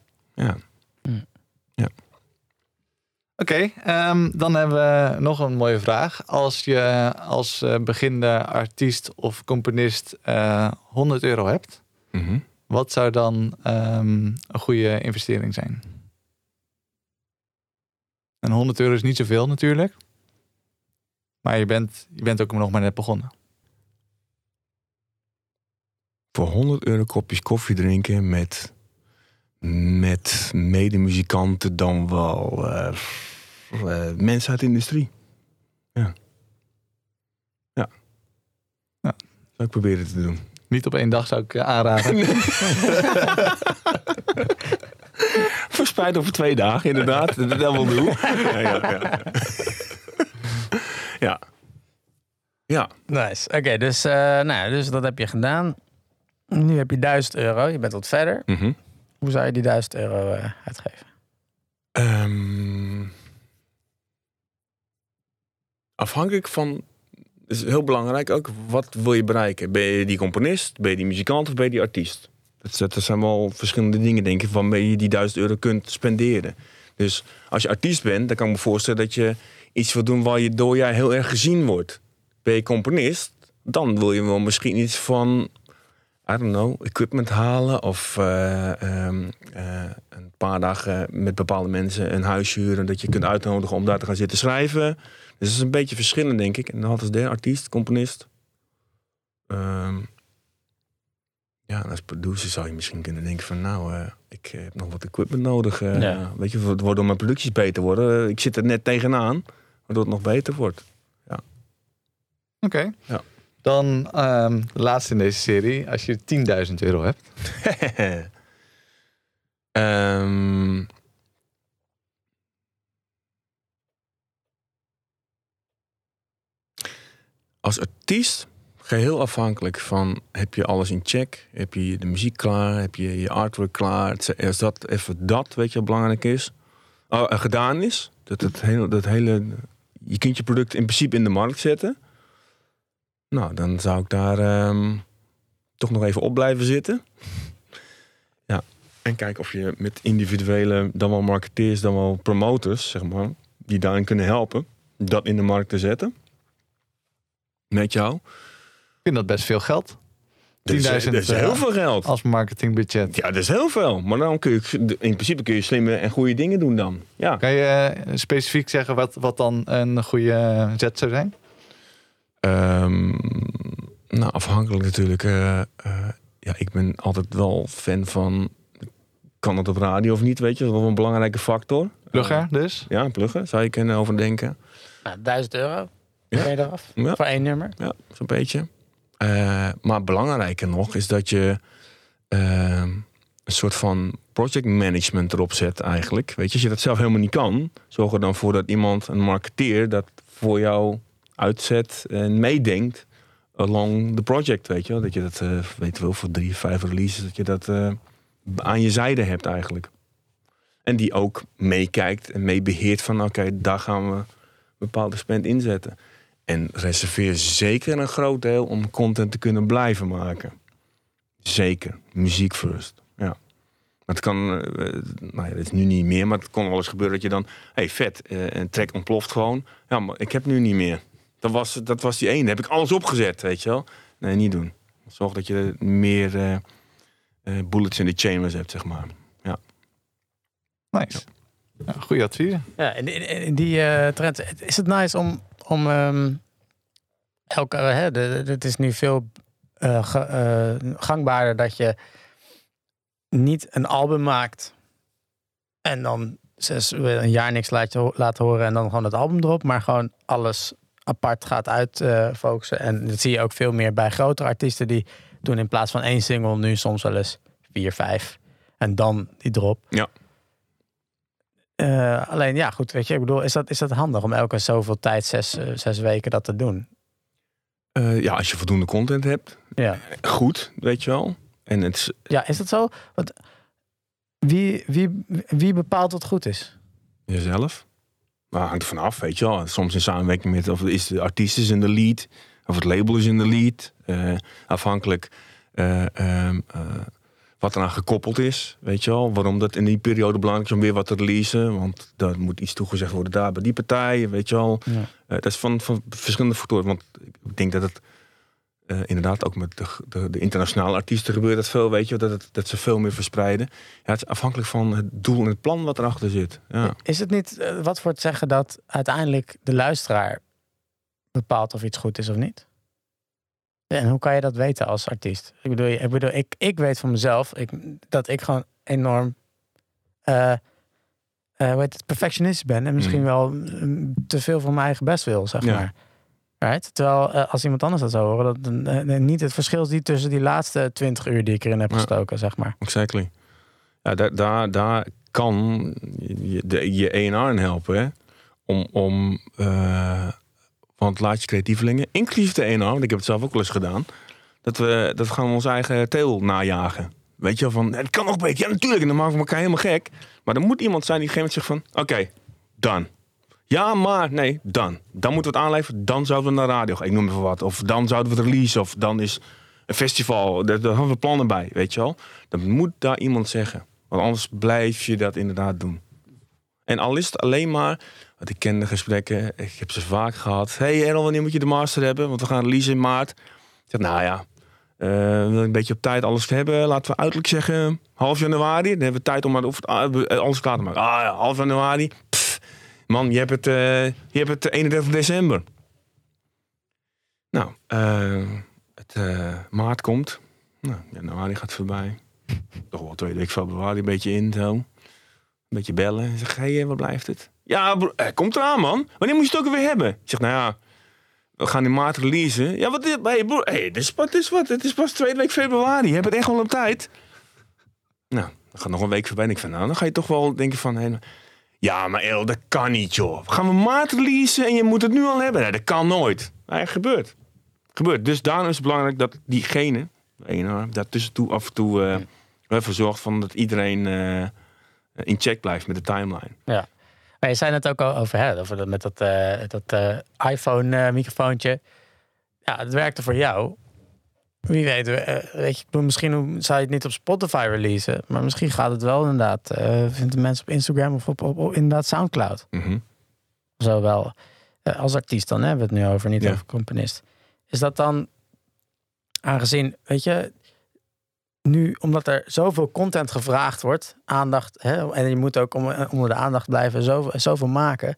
Oké, dan hebben we nog een mooie vraag. Als je als beginnende artiest of componist €100 hebt, wat zou dan een goede investering zijn? En €100 is niet zoveel natuurlijk. Maar je bent ook nog maar net begonnen. Voor €100 kopjes koffie drinken met medemuzikanten dan wel mensen uit de industrie. Ja. Zou ik proberen te doen. Niet op 1 dag zou ik aanraden. Verspreid over 2 dagen, inderdaad. Dat wel doen. Ja. Ja. Nice. Oké, dus dat heb je gedaan. Nu heb je €1.000. Je bent wat verder. Mm-hmm. Hoe zou je die €1.000 uitgeven? Afhankelijk van... Het is heel belangrijk ook, wat wil je bereiken? Ben je die componist, ben je die muzikant of ben je die artiest? Dat zijn wel verschillende dingen, denk ik, waarmee je die €1.000 kunt spenderen. Dus als je artiest bent, dan kan ik me voorstellen dat je iets wil doen waardoor jij heel erg gezien wordt. Ben je componist, dan wil je wel misschien iets van, I don't know, equipment halen of een paar dagen met bepaalde mensen een huis huren dat je kunt uitnodigen om daar te gaan zitten schrijven. Dus dat is een beetje verschillend, denk ik. En dan had als derde artiest, componist. Ja, en als producer zou je misschien kunnen denken van... ik heb nog wat equipment nodig. Weet je, waardoor mijn producties beter worden. Ik zit er net tegenaan, waardoor het nog beter wordt. Ja. Oké. Ja. Dan de laatste in deze serie. Als je €10.000 hebt. Als artiest, geheel afhankelijk van... heb je alles in check? Heb je de muziek klaar? Heb je je artwork klaar? Als dat even weet je wat belangrijk is... gedaan is, dat hele... Je kunt je product in principe in de markt zetten. Nou, dan zou ik daar toch nog even op blijven zitten. Ja, en kijken of je met individuele... dan wel marketeers, dan wel promoters, zeg maar... die daarin kunnen helpen, dat in de markt te zetten... met jou. Ik vind dat best veel geld. 10.000 dat is heel veel geld. Als marketingbudget. Ja, dat is heel veel. Maar dan kun je, in principe kun je slimme en goede dingen doen dan. Ja. Kan je specifiek zeggen wat dan een goede zet zou zijn? Nou, afhankelijk natuurlijk. Ja, ik ben altijd wel fan van... kan het op radio of niet, weet je? Dat is wel een belangrijke factor. Plugger dus? Ja, pluggen. Zou je kunnen overdenken. Nou, €1.000. Ja. Ben je eraf? Ja. Voor 1 nummer? Ja, zo'n beetje. Maar belangrijker nog is dat je een soort van project management erop zet eigenlijk. Weet je, als je dat zelf helemaal niet kan, zorg er dan voor dat iemand, een marketeer, dat voor jou uitzet en meedenkt along the project, weet je. Dat je dat, weet wel, voor 3, 5 releases, dat je dat aan je zijde hebt eigenlijk. En die ook meekijkt en meebeheert van oké, daar gaan we een bepaalde spend inzetten. En reserveer zeker een groot deel om content te kunnen blijven maken. Zeker. Muziek first. Ja. Het kan, nou ja, dat is nu niet meer, maar het kon wel eens gebeuren dat je dan... hey, vet, een track ontploft gewoon. Ja, maar ik heb nu niet meer. Dat was die ene. Heb ik alles opgezet, weet je wel. Nee, niet doen. Zorg dat je meer bullets in the chambers hebt, zeg maar. Ja. Nice. Ja, goeie advies. Ja, in die trend is het nice om elke... het is nu veel gangbaarder dat je niet een album maakt en dan een jaar niks laten horen en dan gewoon het album erop, maar gewoon alles apart gaat uitfocussen. En dat zie je ook veel meer bij grotere artiesten die doen in plaats van 1 single nu soms wel eens 4, 5 en dan die drop. Ja. Alleen ja, goed, weet je, ik bedoel, is dat handig om elke zoveel tijd, 6 weken dat te doen? Ja, als je voldoende content hebt, Ja. goed, weet je wel. En het is... Ja, is dat zo? Want wie bepaalt wat goed is? Jezelf. Maar hangt er vanaf, weet je wel. Soms in samenwerking met of is de artiest is in de lead, of het label is in de lead. Afhankelijk wat eraan gekoppeld is, weet je wel. Waarom dat in die periode belangrijk is om weer wat te releasen. Want daar moet iets toegezegd worden daar bij die partij, weet je wel. Ja. Dat is van verschillende factoren. Want ik denk dat het inderdaad ook met de internationale artiesten gebeurt dat veel, weet je. Dat ze veel meer verspreiden. Ja, het is afhankelijk van het doel en het plan wat erachter zit. Ja. Is het niet wat voor het zeggen dat uiteindelijk de luisteraar bepaalt of iets goed is of niet? En hoe kan je dat weten als artiest? Ik weet van mezelf dat ik gewoon enorm perfectionist ben. En misschien wel te veel van mijn eigen best wil, zeg maar. Right? Terwijl als iemand anders dat zou horen, dat niet het verschil ziet tussen die laatste 20 uur die ik erin heb gestoken, zeg maar. Exactly. Ja, daar kan je A&R in helpen, hè? Om want laat je creatievelingen, inclusief de A&R, want ik heb het zelf ook wel eens gedaan, dat we gaan onze eigen teel najagen. Weet je wel, van, het kan nog beter. Ja, natuurlijk, en dan maken we elkaar helemaal gek. Maar er moet iemand zijn die op een gegeven moment zegt van, oké, done. Ja, maar nee, dan. Dan moeten we het aanleveren, dan zouden we naar radio gaan. Ik noem even wat. Of dan zouden we het release, of dan is een festival. Daar hebben we plannen bij, weet je wel. Dan moet daar iemand zeggen. Want anders blijf je dat inderdaad doen. En al is het alleen maar, want ik ken de gesprekken, ik heb ze vaak gehad. Hey Errol, wanneer moet je de master hebben? Want we gaan release in maart. Ik zeg, nou ja, we willen een beetje op tijd alles hebben. Laten we uiterlijk zeggen, half januari. Dan hebben we tijd om alles klaar te maken. Ah ja, half januari. Pff, man, je hebt het 31 december. Nou, maart komt. Nou, januari gaat voorbij. Toch wel 2 weken februari, een beetje in zo. Een beetje bellen. Ik zeg, hey, waar blijft het? Ja, bro, komt eraan, man. Wanneer moet je het ook weer hebben? Ik zeg, nou ja, we gaan in maart releasen. Ja, wat is het? Hey, broer, dit is wat? Het is pas 2 weken februari. Je hebt het echt wel op tijd. Nou, dan gaat nog een week voorbij. En ik van, nou, dan ga je toch wel denken van, hey, ja, maar El, dat kan niet, joh. Gaan we maart releasen en je moet het nu al hebben? Nee, dat kan nooit. Nee, gebeurt. Dus daarom is het belangrijk dat diegene, daar tussentoe af en toe ervoor zorgt van dat iedereen in check blijft met de timeline. Ja. Maar je zei het ook al over met dat iPhone-microfoontje. Ja, het werkte voor jou. Wie weet, weet je, misschien zou je het niet op Spotify releasen, maar misschien gaat het wel inderdaad. Vinden mensen op Instagram of op inderdaad Soundcloud. Mm-hmm. Zo wel. Als artiest dan hebben we het nu over, niet over componist. Is dat dan, aangezien, weet je, nu omdat er zoveel content gevraagd wordt, aandacht, en je moet ook onder de aandacht blijven, zoveel maken.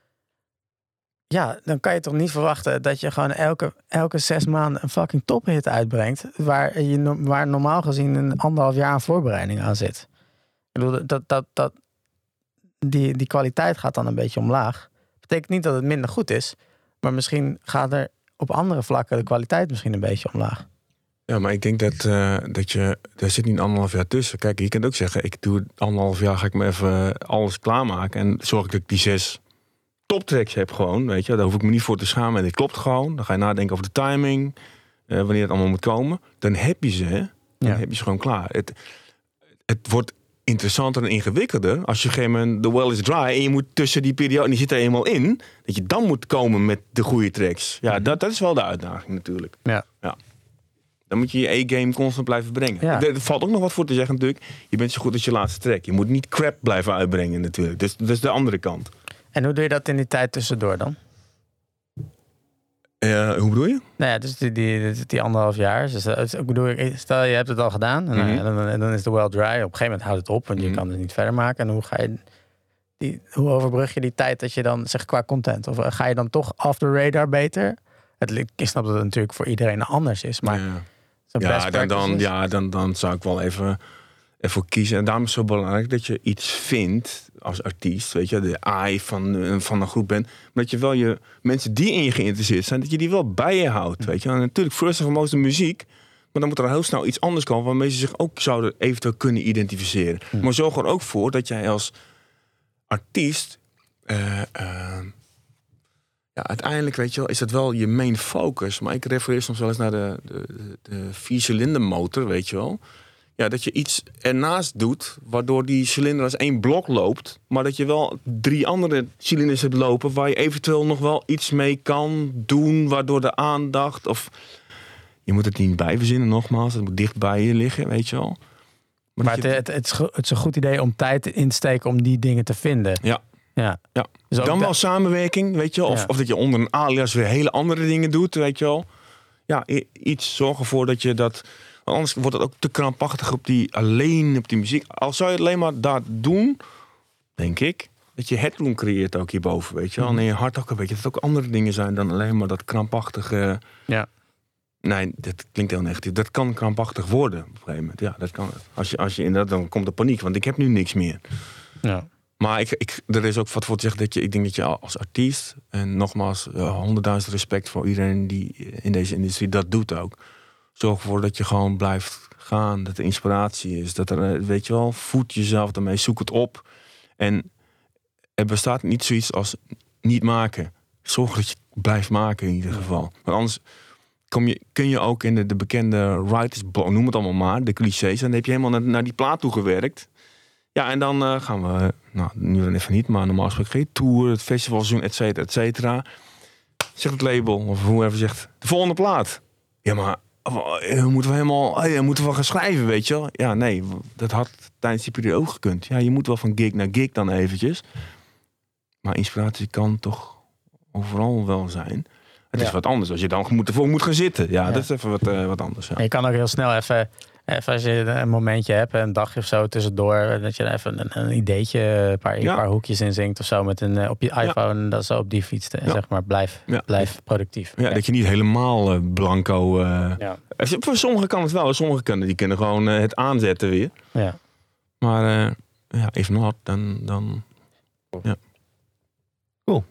Ja, dan kan je toch niet verwachten dat je gewoon elke 6 maanden een fucking tophit uitbrengt, waar normaal gezien een 1,5 jaar aan voorbereiding aan zit. Ik bedoel, die kwaliteit gaat dan een beetje omlaag. Betekent niet dat het minder goed is, maar misschien gaat er op andere vlakken de kwaliteit misschien een beetje omlaag. Ja, maar ik denk dat je... Daar zit niet 1,5 jaar tussen. Kijk, je kunt ook zeggen, ik doe 1,5 jaar, ga ik me even alles klaarmaken en zorg ik dat ik die 6 toptracks heb gewoon, weet je. Daar hoef ik me niet voor te schamen en dit klopt gewoon. Dan ga je nadenken over de timing, wanneer het allemaal moet komen. Dan heb je ze, hè. Dan heb je ze gewoon klaar. Het wordt interessanter en ingewikkelder als je op een gegeven moment the well is dry en je moet tussen die periode, en die zit er eenmaal in, dat je dan moet komen met de goede tracks. Ja, dat is wel de uitdaging natuurlijk. Ja. Dan moet je je A-game constant blijven brengen. Ja. Er valt ook nog wat voor te zeggen natuurlijk. Je bent zo goed als je laatste track. Je moet niet crap blijven uitbrengen natuurlijk. Dus dat is de andere kant. En hoe doe je dat in die tijd tussendoor dan? Hoe bedoel je? Nou ja, dus die 1,5 jaar. Dus, ik bedoel, stel je hebt het al gedaan. En dan is de well dry. Op een gegeven moment houdt het op. Want je kan het niet verder maken. En hoe ga je hoe overbrug je die tijd dat je dan, zeg, qua content? Of ga je dan toch off the radar beter? Ik snap dat het natuurlijk voor iedereen anders is. Maar dan zou ik wel even voor kiezen. En daarom is het zo belangrijk dat je iets vindt als artiest, weet je, de eye van een groep bent, maar dat je wel je mensen die in je geïnteresseerd zijn, dat je die wel bij je houdt, weet je. En natuurlijk, first and foremost de muziek, maar dan moet er heel snel iets anders komen waarmee ze zich ook zouden eventueel kunnen identificeren. Maar zorg er ook voor dat jij als artiest uiteindelijk, weet je wel, is dat wel je main focus. Maar ik refereer soms wel eens naar de 4-cilinder motor, weet je wel. Ja, dat je iets ernaast doet, waardoor die cilinder als 1 blok loopt, maar dat je wel 3 andere cilinders hebt lopen, waar je eventueel nog wel iets mee kan doen, waardoor de aandacht, of je moet het niet bij verzinnen, nogmaals, het moet dicht bij je liggen, weet je wel. Maar het is een goed idee om tijd in te steken om die dingen te vinden. Ja. Dus dan wel samenwerking, weet je wel. Of dat je onder een alias weer hele andere dingen doet, weet je wel. Ja, iets zorgen ervoor dat je dat... Want anders wordt het ook te krampachtig alleen op die muziek. Al zou je het alleen maar daar doen, denk ik, dat je headroom creëert ook hierboven, weet je wel. En je hart ook een beetje, dat het ook andere dingen zijn dan alleen maar dat krampachtige... Ja. Nee, dat klinkt heel negatief. Dat kan krampachtig worden op een gegeven moment. Ja, dat kan. Als je inderdaad, dan komt de paniek, want ik heb nu niks meer. Ja. Maar er is ook wat voor te zeggen dat ik denk dat je als artiest, en nogmaals, 100.000 respect voor iedereen die in deze industrie dat doet ook. Zorg ervoor dat je gewoon blijft gaan, dat er inspiratie is. Dat er, weet je wel, voed jezelf daarmee, zoek het op. En er bestaat niet zoiets als niet maken. Zorg dat je blijft maken in ieder geval. Want anders kun je ook in de bekende writers, noem het allemaal maar, de clichés, dan heb je helemaal naar die plaat toe gewerkt. Ja, en dan gaan we, nu dan even niet, maar normaal gesproken geen tour, het festivalseizoen, et cetera, et cetera. Zegt het label, of whoever zegt, de volgende plaat. Ja, maar moeten we gaan schrijven, weet je wel? Ja, nee, dat had tijdens die periode ook gekund. Ja, je moet wel van gig naar gig dan eventjes. Maar inspiratie kan toch overal wel zijn. Het is wat anders als je dan ervoor moet gaan zitten. Ja, dat is even wat anders. Ja. En je kan ook heel snel even als je een momentje hebt, een dagje of zo tussendoor, dat je even een ideetje, een paar hoekjes inzingt of zo met op je iPhone, dat zo op die fiets. Zeg maar, blijf productief. Ja, dat je niet helemaal blanco. Voor sommigen kan het wel, sommigen die kunnen gewoon het aanzetten weer. Ja. Maar if not, dan ja. Cool.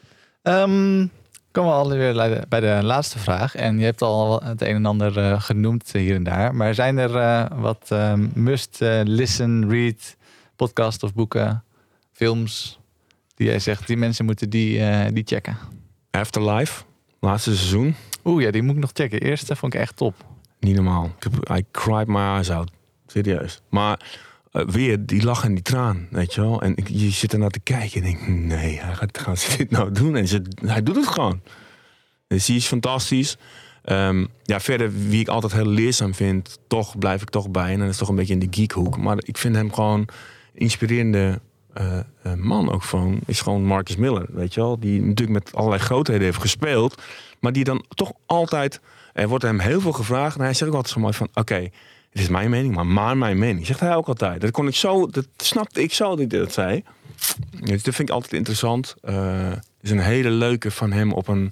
Komen we alweer bij de laatste vraag. En je hebt al het een en ander genoemd hier en daar. Maar zijn er wat must listen, read, podcast of boeken, films, die jij zegt, die mensen moeten die checken? Afterlife, laatste seizoen. Oeh ja, die moet ik nog checken. Eerste vond ik echt top. Niet normaal. I cried my eyes out. Serieus. Maar weer die lach en die traan, weet je wel. En je zit er naar te kijken en denk, nee, gaan ze dit nou doen? En hij doet het gewoon. Dus die is fantastisch. Verder, wie ik altijd heel leerzaam vind, blijf ik toch bij. En dat is toch een beetje in de geekhoek. Maar ik vind hem gewoon een inspirerende man ook van. Is gewoon Marcus Miller, weet je wel. Die natuurlijk met allerlei grootheden heeft gespeeld. Maar die dan toch altijd, er wordt hem heel veel gevraagd. En hij zegt ook altijd zo mooi van, oké, het is mijn mening, maar mijn mening. Zegt hij ook altijd. Dat snapte ik zo dat hij dat zei. Dus dat vind ik altijd interessant. Er is een hele leuke van hem op een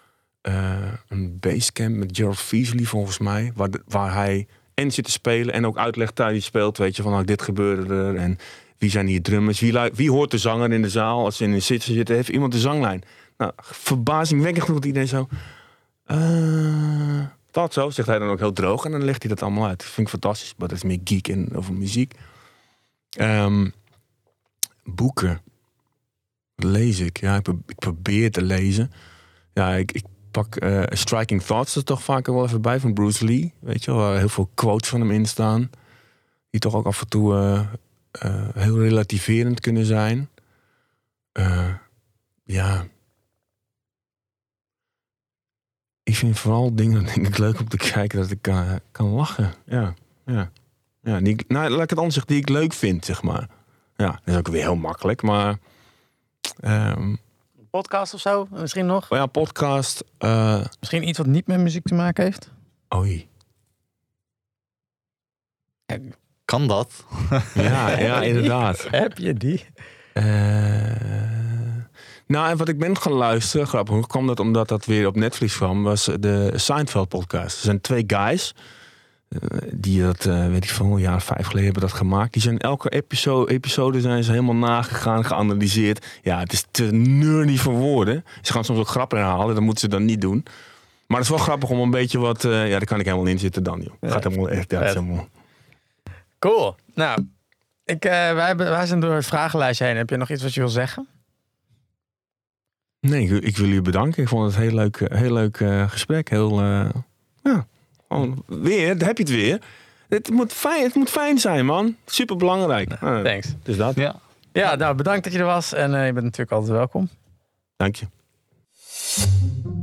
basecamp met Gerald Feasley volgens mij. Waar hij en zit te spelen en ook uitlegt tijdens hij speelt. Weet je, van dit gebeurde er en wie zijn hier drummers. Wie hoort de zanger in de zaal? Als ze in een zitten, heeft iemand de zanglijn. Nou, verbazingwekkend genoeg dat iedereen zo... Dat zo, zegt hij dan ook heel droog. En dan legt hij dat allemaal uit. Dat vind ik fantastisch. Maar dat is meer geek en over muziek. Boeken. Wat lees ik? Ja, ik probeer te lezen. Ja, ik pak Striking Thoughts er toch vaak wel even bij van Bruce Lee. Weet je wel, waar heel veel quotes van hem in staan. Die toch ook af en toe heel relativerend kunnen zijn. Ik vind vooral dingen denk ik leuk om te kijken dat ik kan lachen. Ja. Laat ik het anders zeggen, die ik leuk vind, zeg maar. Ja, dat is ook weer heel makkelijk, maar... podcast of zo, misschien nog? Ja, podcast. Misschien iets wat niet met muziek te maken heeft? Oei. Kan dat? Ja, inderdaad. Heb je die? En wat ik ben gaan luisteren, grappig, hoe kwam dat omdat dat weer op Netflix kwam, was de Seinfeld podcast. Er zijn 2 guys die dat, weet ik veel, een jaar 5 geleden hebben dat gemaakt. Die zijn elke episode zijn ze helemaal nagegaan, geanalyseerd. Ja, het is te nerdy voor woorden. Ze gaan soms ook grappen herhalen, dat moeten ze dan niet doen. Maar het is wel grappig om een beetje wat, daar kan ik helemaal in zitten dan, joh. Ja, gaat helemaal echt uit, helemaal. Cool. Nou, wij zijn door het vragenlijstje heen. Heb je nog iets wat je wil zeggen? Nee, ik wil u bedanken. Ik vond het een heel leuk gesprek. Weer, daar heb je het weer. Het moet fijn zijn, man. Super belangrijk. Thanks. Dus dat. Ja, nou bedankt dat je er was. En je bent natuurlijk altijd welkom. Dank je.